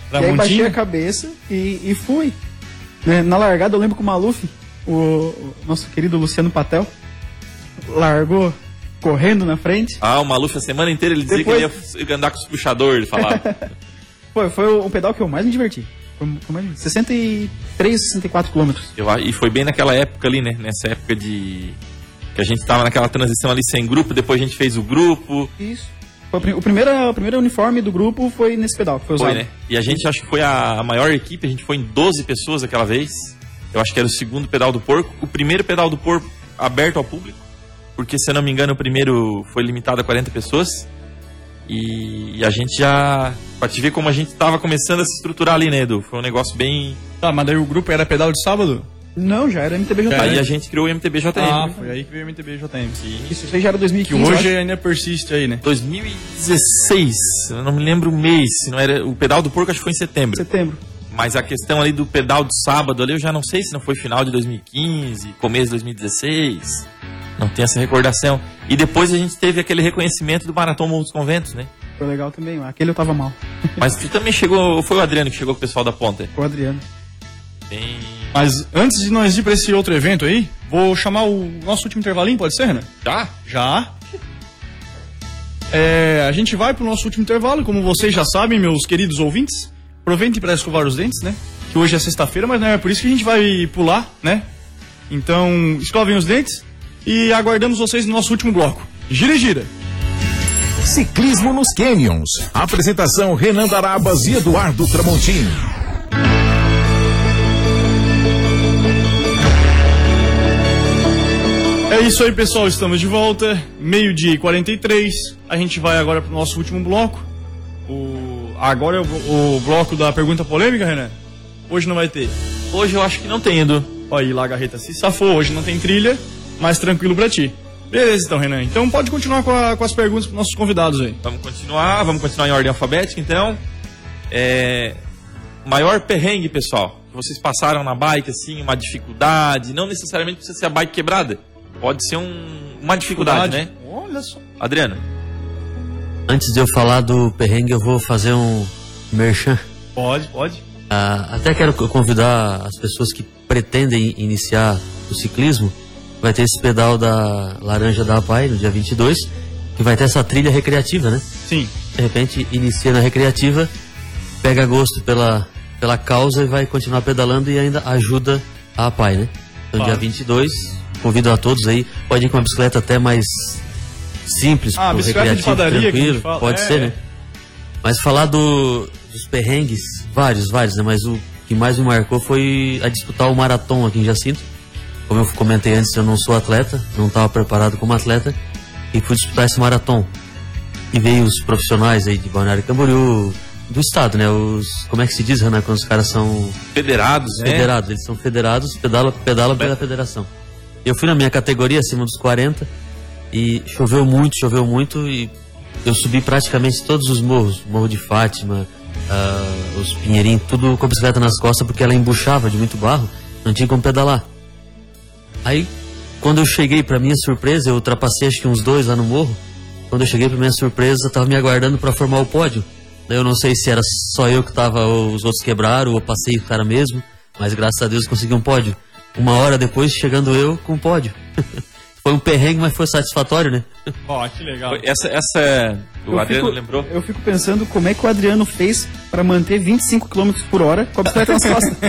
E aí baixei a cabeça e fui. Né? Na largada eu lembro que o Maluf, o nosso querido Luciano Patel, largou correndo na frente. O Maluf a semana inteira ele dizia que ele ia andar com os puxadores, ele falava. Foi o pedal que eu mais me diverti. Foi mais 63, 64 quilômetros. E foi bem naquela época ali, né? Nessa época que a gente tava naquela transição ali sem grupo, depois a gente fez o grupo. Isso. O primeiro uniforme do grupo foi nesse pedal que foi usado. Foi, né? E a gente acho que foi a maior equipe, a gente foi em 12 pessoas aquela vez. Eu acho que era o segundo pedal do porco. O primeiro pedal do porco aberto ao público, porque se eu não me engano o primeiro foi limitado a 40 pessoas. E a gente já... Pra te ver como a gente tava começando a se estruturar ali, né, Edu? Foi um negócio bem... Tá, mas daí o grupo era pedal de sábado? Não, já era MTBJM. Aí a gente criou o MTBJM. Foi aí que veio o MTBJM. Sim. Isso aí já era 2015. Que hoje ainda persiste aí, né? 2016, eu não me lembro o mês, se não era... O pedal do porco acho que foi em setembro. Mas a questão ali do pedal do sábado ali, eu já não sei se não foi final de 2015, começo de 2016. Não tenho essa recordação. E depois a gente teve aquele reconhecimento do Maratona Morro dos Conventos, né? Foi legal também, aquele eu tava mal. Mas tu também chegou, foi o Adriano que chegou com o pessoal da ponta? Foi o Adriano. Bem... Mas antes de nós ir pra esse outro evento aí, vou chamar o nosso último intervalinho, pode ser, Renan? Já. A gente vai pro nosso último intervalo, como vocês já sabem, meus queridos ouvintes. Aproveitem para escovar os dentes, né? Que hoje é sexta-feira, mas não é por isso que a gente vai pular, né? Então, escovem os dentes e aguardamos vocês no nosso último bloco. Gira e gira. Ciclismo nos Canyons. Apresentação Renan Darabas e Eduardo Tramontim. É isso aí, pessoal, estamos de volta, 12h43, a gente vai agora pro nosso último bloco. Agora é o bloco da pergunta polêmica, Renan? Hoje não vai ter. Hoje eu acho que não tem, Edu. Olha aí, Lagarreta se safou, hoje não tem trilha, mas tranquilo pra ti. Beleza então, Renan, então pode continuar com as perguntas pros nossos convidados aí. Vamos continuar em ordem alfabética, então. Maior perrengue, pessoal, que vocês passaram na bike, assim, uma dificuldade, não necessariamente precisa ser a bike quebrada. Pode ser uma dificuldade, né? Olha só. Adriano. Antes de eu falar do perrengue, eu vou fazer um merchan. Pode. Até quero convidar as pessoas que pretendem iniciar o ciclismo. Vai ter esse pedal da Laranja da APAI no dia 22, que vai ter essa trilha recreativa, né? Sim. De repente, inicia na recreativa, pega gosto pela causa e vai continuar pedalando e ainda ajuda a APAI, né? Então, dia 22... Convido a todos aí, pode ir com uma bicicleta até mais simples, bicicleta de padaria, tranquilo, pode ser, né? Mas falar dos perrengues, vários, né? Mas o que mais me marcou foi a disputar o maratona aqui em Jacinto. Como eu comentei antes, eu não sou atleta, não estava preparado como atleta, e fui disputar esse maratona. E veio os profissionais aí de Balneário Camboriú, do estado, né? Como é que se diz, Renan, quando os caras são... Federados, né? Federados, eles são federados, pedala pela federação. Eu fui na minha categoria, acima dos 40, e choveu muito, e eu subi praticamente todos os morros, Morro de Fátima, os Pinheirinhos, tudo com a bicicleta nas costas, porque ela embuchava de muito barro, não tinha como pedalar. Aí, quando eu cheguei, pra minha surpresa, eu ultrapassei acho que uns 2 lá no morro, quando eu cheguei, pra minha surpresa, tava me aguardando pra formar o pódio. Eu não sei se era só eu que tava, ou os outros quebraram, ou eu passei o cara mesmo, mas graças a Deus consegui um pódio. 1 hora depois, chegando eu com o pódio. Foi um perrengue, mas foi satisfatório, né? Que legal. O Adriano lembrou? Eu fico pensando como é que o Adriano fez para manter 25 km por hora com a bicicleta nas costas.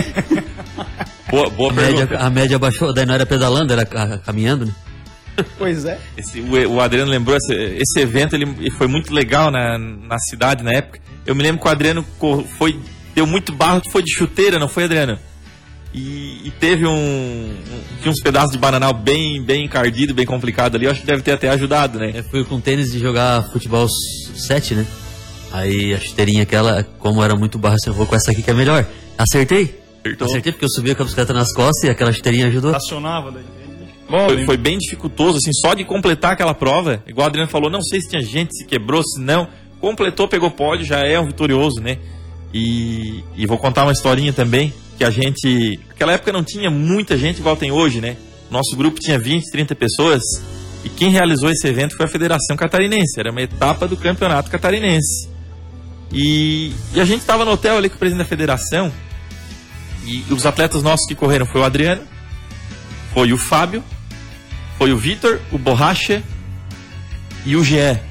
Boa pergunta. A média baixou, daí não era pedalando, era caminhando, né? Pois é. O Adriano lembrou, esse evento ele foi muito legal na cidade na época. Eu me lembro que o Adriano deu muito barro, foi de chuteira, não foi, Adriano? E teve tinha uns pedaços de bananal bem encardido, bem complicado ali. Eu acho que deve ter até ajudado, né? Fui com tênis de jogar futebol 7, né? Aí a chuteirinha aquela, como era muito barro, eu vou com essa aqui que é melhor. Acertei porque eu subia com a bicicleta nas costas e aquela chuteirinha ajudou. Acionava daí. Foi bem dificultoso, assim, só de completar aquela prova. Igual o Adriano falou, não sei se tinha gente, se quebrou, se não. Completou, pegou pódio, já é um vitorioso, né? E vou contar uma historinha também. Que a gente... Naquela época não tinha muita gente igual tem hoje, né? Nosso grupo tinha 20, 30 pessoas. E quem realizou esse evento foi a Federação Catarinense. Era uma etapa do Campeonato Catarinense. E a gente tava no hotel ali com o presidente da federação. E os atletas nossos que correram foi o Adriano, foi o Fábio, foi o Vitor, o Borracha e o Jean.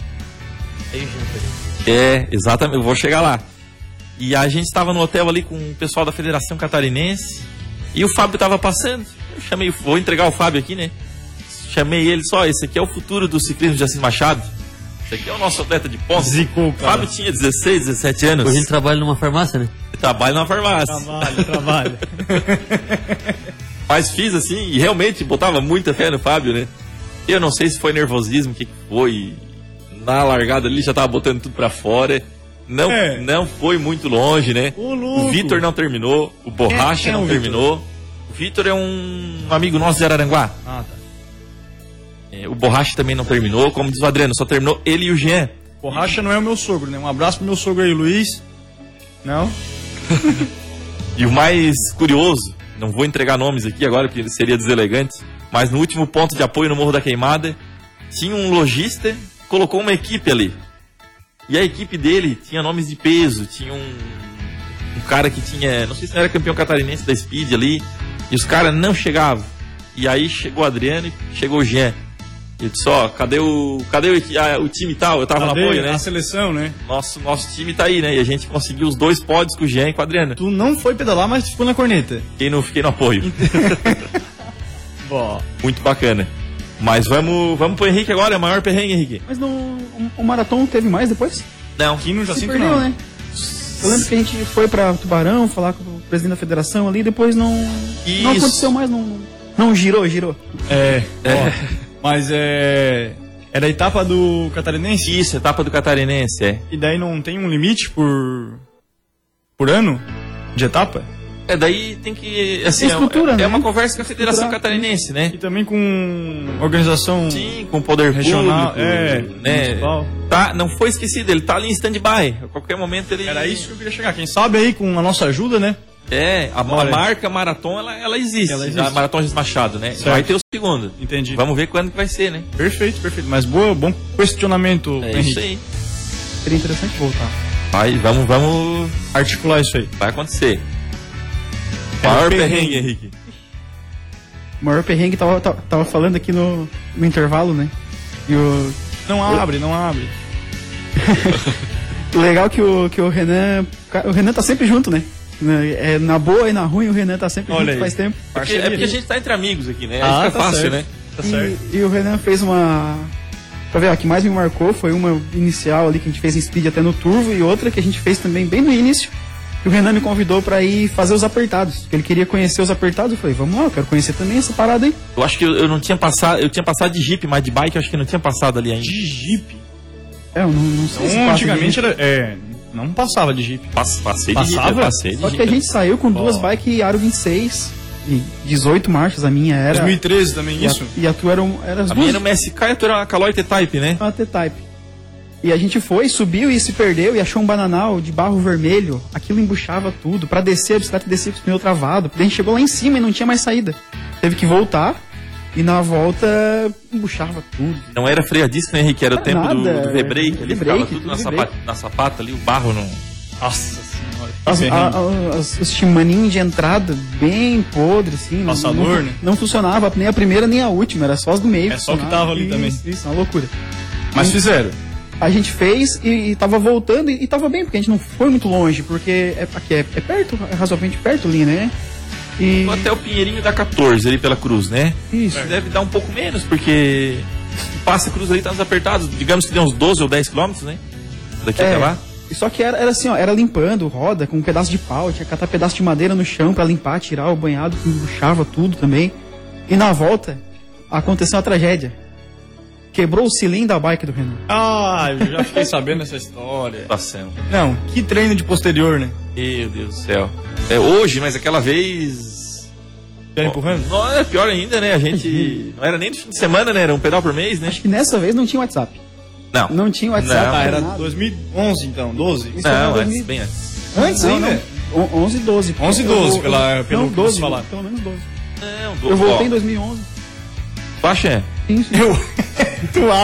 Exatamente, eu vou chegar lá. E a gente estava no hotel ali com o pessoal da Federação Catarinense e o Fábio estava passando. Eu chamei, vou entregar o Fábio aqui, né? Chamei ele só, esse aqui é o futuro do ciclismo de Jacinto Machado. Esse aqui é o nosso atleta de ponta. Zicou, o Fábio tinha 16, 17 anos. Hoje ele trabalha numa farmácia, né? Ele trabalha numa farmácia. Trabalha. Mas fiz assim, e realmente botava muita fé no Fábio, né? Eu não sei se foi nervosismo, o que foi. Na largada ali já tava botando tudo pra fora. Não foi muito longe, né? O Vitor não terminou, o Borracha não terminou. O Vitor é um amigo nosso de Araranguá. Ah, tá. O Borracha também não terminou, como diz o Adriano, só terminou ele e o Jean. Borracha não é o meu sogro, né? Um abraço pro meu sogro aí, Luiz. Não? E o mais curioso, não vou entregar nomes aqui agora, porque ele seria deselegante, mas no último ponto de apoio no Morro da Queimada, tinha um lojista, colocou uma equipe ali. E a equipe dele tinha nomes de peso, tinha um cara que tinha, não sei se era campeão catarinense da Speed ali, e os caras não chegavam. E aí chegou o Adriano e chegou o Jean. Eu disse, cadê o time tal? Eu tava no apoio, né? A seleção, né? Nosso time tá aí, né? E a gente conseguiu os 2 pódios com o Jean e com o Adriano. Tu não foi pedalar, mas ficou na corneta. Fiquei no apoio. Bom. Muito bacana. Mas vamos pro Henrique agora, é o maior perrengue, Henrique. Mas o maratona teve mais depois? Não. Aqui no Jacinto perdeu, não. Né? Eu lembro que a gente foi pra Tubarão falar com o presidente da federação ali, depois não aconteceu mais, não girou. Mas era a etapa do Catarinense? Isso, etapa do Catarinense, E daí não tem um limite por ano de etapa? Daí tem que... Assim, estrutura, né? É uma conversa com a Federação Catarinense, né? E também com organização... Sim, com o poder regional, público, né? Municipal. Tá, não foi esquecido, ele tá ali em stand-by. A qualquer momento ele... Era isso que eu queria chegar. Quem sabe aí, com a nossa ajuda, né? A marca Maratona, ela existe. A Maratona de Machado, né? Certo. Vai ter o segundo. Entendi. Vamos ver quando que vai ser, né? Perfeito. Mas bom questionamento, Henrique. Isso aí. Seria interessante voltar. Vamos articular isso aí. Vai acontecer. Maior perrengue, Henrique. O maior perrengue tava falando aqui no intervalo, né? Não abre. O legal que o Renan... O Renan tá sempre junto, né? Na boa e na ruim, o Renan tá sempre junto faz tempo. Porque a gente tá entre amigos aqui, né? Tá fácil, certo. né? Tá certo. E o Renan fez uma... Pra ver, a que mais me marcou foi uma inicial ali que a gente fez em speed até no turvo e outra que a gente fez também bem no início. E o Renan me convidou pra ir fazer os apertados, porque ele queria conhecer os apertados. Eu falei, vamos lá, eu quero conhecer também essa parada aí. Eu acho que eu não tinha passado, eu tinha passado de Jeep, mas de bike eu acho que não tinha passado ali ainda. De Jeep? Eu não sei se passa antigamente não passava de Jeep. Passei de Passava? Jeep, passei de Só Jeep. que a gente saiu com duas bikes Aro 26 e 18 marchas, a minha era... 2013 também, isso? E a tua era as A duas? minha era uma SK e a tua era uma Caloi T-Type, né? Uma T-Type. E a gente foi, subiu e se perdeu e achou um bananal de barro vermelho. Aquilo embuchava tudo. Pra descer, a bicicleta descia com o pneu travado. Daí a gente chegou lá em cima e não tinha mais saída. Teve que voltar e na volta embuchava tudo. Não era freio a disco, né, Henrique? Era o tempo do V-brake. Ele ficava V-brake, tudo tudo na sapata ali, o barro não... Nossa senhora. Os chimaninhos de entrada bem podre, assim. Passador, né? Não funcionava nem a primeira nem a última, era só as do meio. É só que tava ali também. Isso, uma loucura. Mas fizeram. A gente fez e tava voltando e tava bem, porque a gente não foi muito longe, porque aqui é perto, é razoavelmente perto ali, né? E... Até o Pinheirinho da 14 ali pela cruz, né? Isso. Deve dar um pouco menos, porque passa a cruz ali, tá nos apertados. Digamos que deu uns 12 ou 10 quilômetros, né? Daqui até lá. Só que era assim, ó, era limpando roda com um pedaço de pau, tinha que catar pedaço de madeira no chão pra limpar, tirar o banhado, que embuchava tudo também. E na volta, aconteceu uma tragédia. Quebrou o cilindro da bike do Renan. Eu já fiquei sabendo essa história. Passando. Não, que treino de posterior, né? Meu Deus do céu. Hoje, mas aquela vez... Empurrando? Não, é pior ainda, né? A gente... Não era nem no fim de semana, né? Era um pedal por mês, né? Acho que nessa vez não tinha WhatsApp. Não. Não tinha WhatsApp. Não, Era nada. 2011, então, 12? Isso Não, era antes, bem antes. Antes ainda? 11, 12. 11 e 12, pelo não, que 12, você falar. pelo menos 12. Não, Eu voltei em 2011. Tu acha? Sim, sim. Tu acha?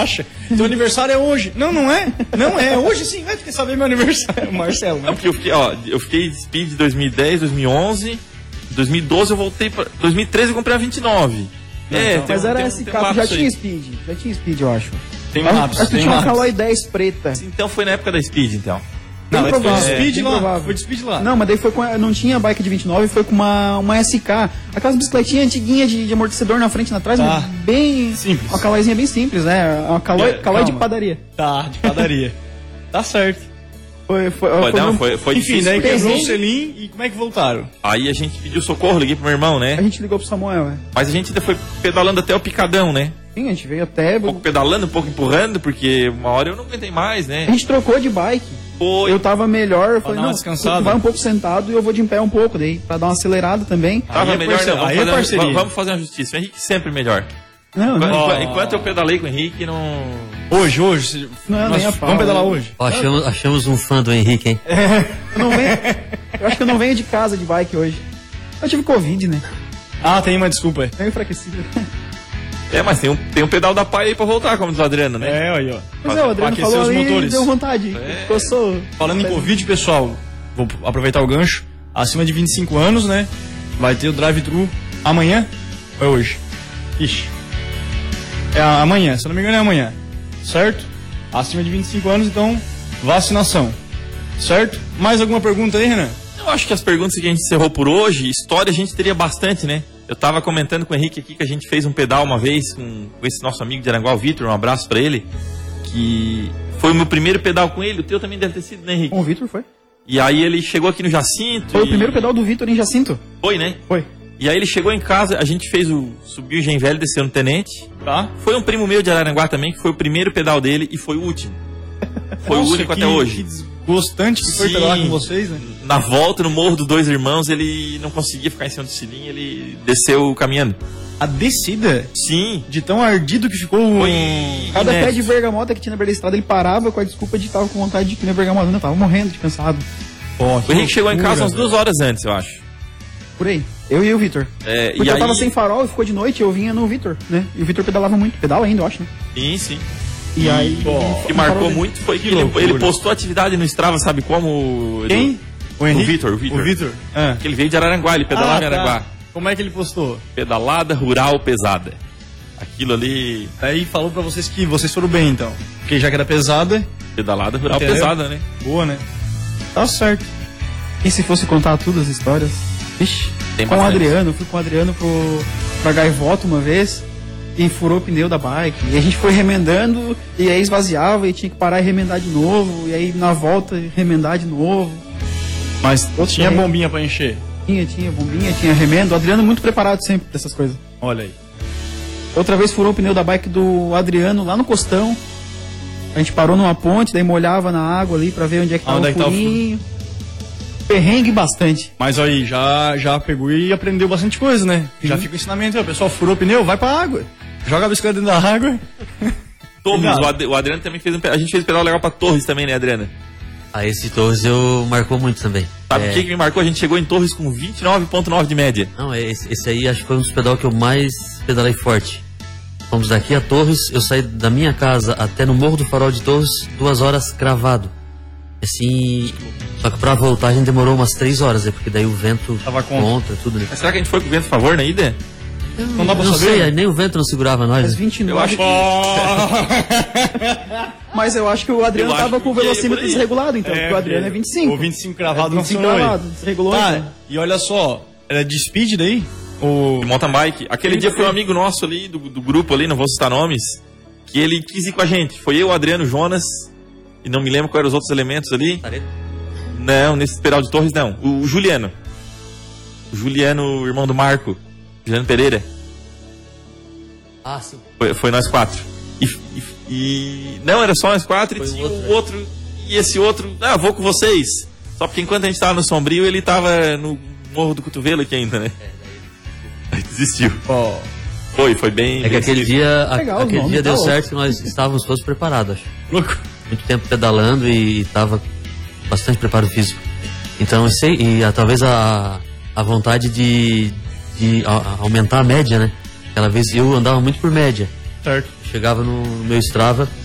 Teu aniversário é hoje. Não, não é. Não é. Hoje sim. Vai saber meu aniversário. Marcelo, né? Não, porque eu fiquei de Speed de 2010, 2011, 2012 eu voltei pra... 2013 eu comprei a 29. Mas era esse carro, já tinha Speed, eu acho. Tem um lápis. Acho que tinha uma Caloi 10 preta. Então foi na época da Speed, então. Não, Bem foi de provável, Speed bem lá. provável. Foi de Speed lá. Não, mas daí foi com não tinha bike de 29, foi com uma SK. Aquelas bicicletinhas antiguinhas de amortecedor na frente e na trás, Tá. mas bem... Simples. Uma Calóizinha bem simples, né? Uma Caloi de Calma. padaria. Tá, de padaria. Tá certo. Foi Enfim, difícil. daí porque- quebrou o selim e como é que voltaram? Aí a gente pediu socorro, liguei pro meu irmão, A né? gente ligou pro Samuel, né? Mas a gente ainda foi pedalando até o Picadão, né? Sim, a gente veio até... Um pouco pedalando, um pouco empurrando, porque uma hora eu não aguentei mais, A né? gente trocou de bike. Foi. Eu tava melhor, eu falei, dar uma não, descansada. tu vai um pouco sentado e eu vou de em pé um pouco, daí pra dar uma acelerada também. Tava Aí é melhor, parceria. não. Aí é parceria. Vamos fazer uma justiça. O Henrique sempre melhor. Não, não. Enquanto eu pedalei com o Henrique, não. Hoje. Não, nem a pau. Vamos pedalar hoje. Ó, achamos um fã do Henrique, hein? Eu não venho, eu acho que eu não venho de casa de bike hoje. Eu tive Covid, né? Ah, tem uma desculpa aí. Venho enfraquecido. Mas tem um pedal da pai aí pra voltar, como diz o Adriano, né? É, aí, ó. Mas é, o Adriano aquecer falou os ali, motores. deu vontade. Eu sou... Falando em Covid, pessoal, vou aproveitar o gancho. Acima de 25 anos, né? Vai ter o drive-thru amanhã ou é hoje? Ixi. É amanhã, se eu não me engano é amanhã. Certo? Acima de 25 anos, então, vacinação. Certo? Mais alguma pergunta aí, Renan? Eu acho que as perguntas que a gente encerrou por hoje, história a gente teria bastante, né? Eu tava comentando com o Henrique aqui que a gente fez um pedal uma vez com esse nosso amigo de Aranguá, o Vitor, um abraço pra ele, que foi o meu primeiro pedal com ele, o teu também deve ter sido, né, Henrique? Com o Vitor foi? E aí ele chegou aqui no Jacinto. Foi o primeiro pedal do Vitor em Jacinto? Foi, né? Foi. E aí ele chegou em casa, a gente subiu o Gen Velho, desceu no Tenente. Tá? Foi um primo meu de Araranguá também, que foi o primeiro pedal dele e foi o último. Foi Nossa, o único que- até hoje. Que desgostante que foi Sim. pedalar com vocês, né? Na volta, no Morro dos Dois Irmãos, ele não conseguia ficar em cima do cilinho, ele desceu caminhando. A descida, Sim. de tão ardido que ficou Foi Cada pé inédito. de bergamota que tinha na beira da estrada, ele parava com a desculpa de que tava com vontade de comer bergamota. Não, tava morrendo de cansado. O Henrique chegou em casa umas 2 horas antes, eu acho. Por aí. Eu e o Vitor. É, Porque e eu aí... tava sem farol e ficou de noite, eu vinha no Vitor, né? E o Vitor pedalava muito. Pedala ainda, eu acho, né? Sim, sim. E aí... O que marcou muito foi que ele postou atividade no Strava, sabe como? Quem? O Vitor. O Vitor. Ah. Que ele veio de Araranguá, ele pedalava em Araranguá. Tá. Como é que ele postou? Pedalada rural pesada. Aquilo ali, Aí falou pra vocês que vocês foram bem, então. Porque já que era pesada, pedalada rural Entendeu? pesada, né? boa, né? Tá certo. E se fosse contar tudo as histórias? Vixe. Tem Com o bastante. Adriano, fui com o Adriano pra Gaivota uma vez e furou o pneu da bike. E a gente foi remendando e aí esvaziava e tinha que parar e remendar de novo. E aí na volta remendar de novo. Mas Outro tinha terreno. bombinha pra encher. Tinha bombinha, tinha remendo. O Adriano muito preparado sempre dessas coisas. Olha aí. Outra vez furou o pneu da bike do Adriano lá no Costão. A gente parou numa ponte, daí molhava na água ali pra ver onde é que tava Onde é o que tá o furinho. Perrengue bastante. Mas aí, já pegou e aprendeu bastante coisa, né? Já fica o ensinamento, aí, o pessoal furou o pneu, vai pra água. Joga a bicicleta dentro da água. Torres, Obrigado. o Adriano também fez a gente fez um pedal legal pra Torres também, né, Adriano? Ah, esse Torres eu marcou muito também. Sabe o que me marcou? A gente chegou em Torres com 29,9 de média. Não, esse aí acho que foi um dos pedal que eu mais pedalei forte. Fomos daqui a Torres, eu saí da minha casa até no Morro do Farol de Torres, 2 horas cravado. Assim, só que pra voltar a gente demorou umas 3 horas, né? Porque daí o vento Tava contra. tudo, né? Mas será que a gente foi com o vento a favor na ida? Não dá pra Não saber? sei, nem o vento não segurava nós. Mas né? 29. Eu acho que... Mas eu acho que o Adriano Eu acho tava com o que é velocímetro por aí. desregulado, então. porque o Adriano é 25. O 25 cravado É não 25 funcionou. cravado, desregulou, Tá, então. e olha só, era de speed daí? Ou... De mountain bike. Aquele dia foi um amigo nosso ali, do grupo ali, não vou citar nomes, que ele quis ir com a gente. Foi eu, Adriano, Jonas, e não me lembro quais eram os outros elementos ali. Não, nesse pedal de Torres não. O Juliano. O Juliano, irmão do Marco. Juliano Pereira. Ah, sim. Foi nós 4. E não, era só nós 4 e Foi tinha outro, o outro. E esse outro, eu vou com vocês. Só porque enquanto a gente tava no Sombrio, ele tava no Morro do Cotovelo aqui ainda, né? Aí desistiu. Ó, Foi bem... É que bem aquele esquisito. dia, Legal, os aquele nomes, dia tá deu louco. certo que nós estávamos todos preparados, acho. louco. Muito tempo pedalando e tava bastante preparo físico. Então, talvez a vontade de aumentar a média, né? Aquela vez eu andava muito por média. Certo. Chegava no meu Strava,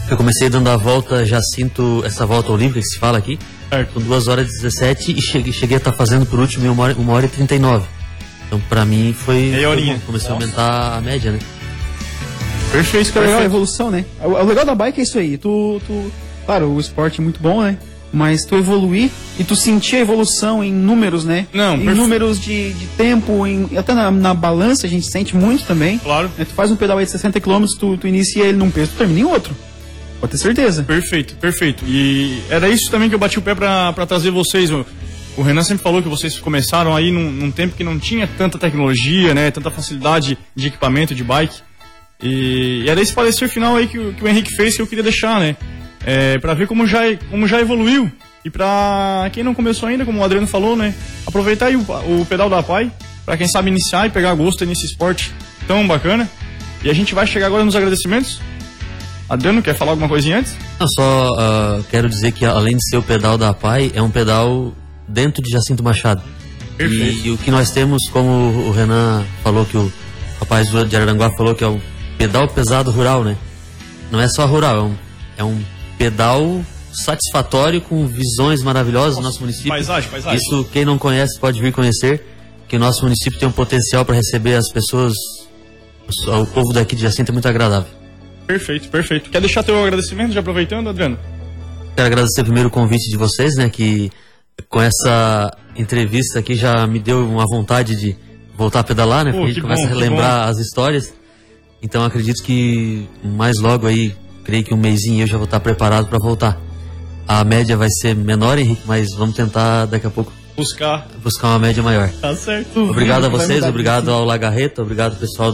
Eu comecei dando a volta Jacinto, essa volta olímpica que se fala aqui, com 2h17 e cheguei a estar fazendo por último em 1h39. Então pra mim foi bom, comecei a aumentar a média, né? Perfeito, cara. Legal a evolução, né? O legal da bike é isso aí. Claro, o esporte é muito bom, né? Mas tu evoluir e tu sentir a evolução em números, né? Em números de tempo, até na balança a gente sente muito também. Claro. Tu faz um pedal aí de 60 km, tu inicia ele num peso, tu termina em outro. Pode ter certeza. Perfeito. E era isso também que eu bati o pé pra trazer vocês. O Renan sempre falou que vocês começaram aí num tempo que não tinha tanta tecnologia, né? Tanta facilidade de equipamento, de bike. E era esse parecer final aí que o Henrique fez que eu queria deixar, né? Pra ver como já evoluiu. E pra quem não começou ainda, como o Adriano falou, né? Aproveitar aí o pedal da PAI, pra quem sabe iniciar e pegar gosto nesse esporte tão bacana. E a gente vai chegar agora nos agradecimentos. Adriano, quer falar alguma coisinha antes? Eu só quero dizer que além de ser o pedal da PAI, é um pedal dentro de Jacinto Machado. Perfeito. E o que nós temos, como o Renan falou, que o rapaz de Araranguá falou, que é um pedal pesado rural, né? Não é só rural, é um pedal satisfatório com visões maravilhosas do nosso município. Paisagem. Isso, quem não conhece pode vir conhecer, que o nosso município tem um potencial para receber as pessoas, o povo daqui de Jacinto é muito agradável. Perfeito. Quer deixar teu agradecimento, já aproveitando, Adriano? Quero agradecer primeiro o convite de vocês, né, que com essa entrevista aqui já me deu uma vontade de voltar a pedalar, né, porque a gente começa a relembrar as histórias. Então acredito que mais logo aí, creio que um mêsinho eu já vou estar preparado para voltar. A média vai ser menor, Henrique, mas vamos tentar daqui a pouco buscar uma média maior. Tá certo. Obrigado a vocês, obrigado ao Lagarreta, obrigado pessoal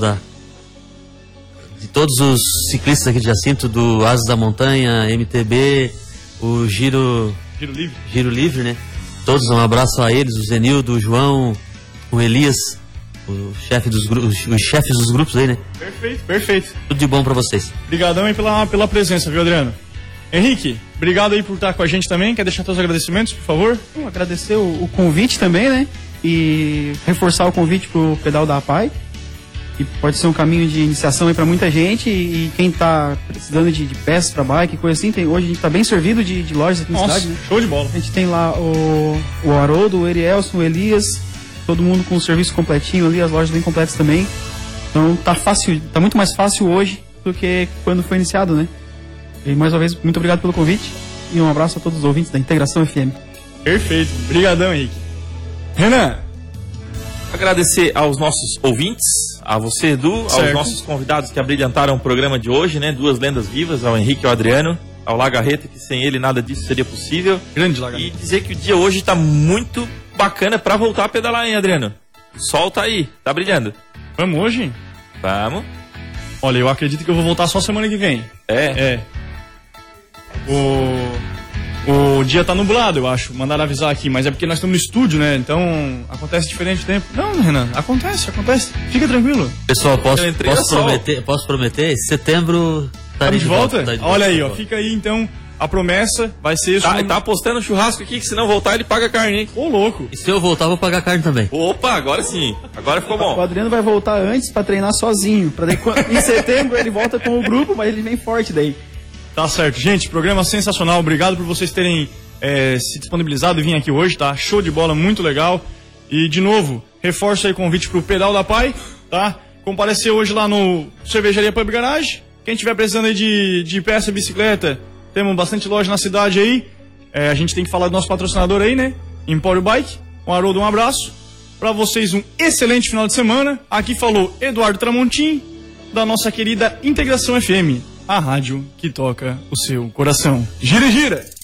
de todos os ciclistas aqui de Jacinto, do Asas da Montanha, MTB, o Giro Livre, né? Todos, um abraço a eles, o Zenildo, o João, o Elias, os chefes dos grupos aí, né? Perfeito. Tudo de bom pra vocês. Obrigadão aí pela presença, viu, Adriano? Henrique, obrigado aí por estar com a gente também. Quer deixar seus agradecimentos, por favor? Agradecer o convite também, né? E reforçar o convite pro pedal da PAI. Que pode ser um caminho de iniciação aí pra muita gente. E quem tá precisando de peças pra bike, coisa assim, hoje a gente tá bem servido de lojas aqui na cidade, né? Show de bola. A gente tem lá o Haroldo, o Erielson, o Elias, todo mundo com o serviço completinho ali, as lojas bem completas também. Então tá muito mais fácil hoje do que quando foi iniciado, né? E mais uma vez, muito obrigado pelo convite e um abraço a todos os ouvintes da Integração FM. Perfeito, obrigadão, Henrique. Renan. Agradecer aos nossos ouvintes, a você, Edu, aos nossos convidados que abrilhantaram o programa de hoje, né? Duas lendas vivas, ao Henrique e ao Adriano, ao Lagarreta, que sem ele nada disso seria possível. Grande Lagarreta. E dizer que o dia hoje tá muito bacana pra voltar a pedalar, hein, Adriano? O sol tá aí, tá brilhando. Vamos hoje? Vamos. Olha, eu acredito que eu vou voltar só semana que vem. O dia tá nublado, eu acho. Mandaram avisar aqui, mas é porque nós estamos no estúdio, né? Então acontece diferente o tempo. Não, Renan, acontece. Fica tranquilo. Pessoal, posso prometer? Setembro tá de volta? Olha aí, ó. Fica aí então. A promessa vai ser... Tá apostando churrasco aqui, que se não voltar ele paga carne, hein? Ô, louco. E se eu voltar, eu vou pagar carne também. Opa, agora sim. Agora ficou bom. O Adriano vai voltar antes pra treinar sozinho. Em setembro ele volta com o grupo, mas ele vem forte daí. Tá certo. Gente, programa sensacional. Obrigado por vocês terem se disponibilizado e vir aqui hoje, tá? Show de bola, muito legal. E, de novo, reforço aí o convite pro Pedal da PAI, tá? Comparecer hoje lá no Cervejaria Pub Garage. Quem tiver precisando aí de peça, bicicleta... Temos bastante loja na cidade aí. A gente tem que falar do nosso patrocinador aí, né? Empório Bike. Um Haroldo, um abraço. Pra vocês, um excelente final de semana. Aqui falou Eduardo Tramontim, da nossa querida Integração FM, a rádio que toca o seu coração. Gira, gira!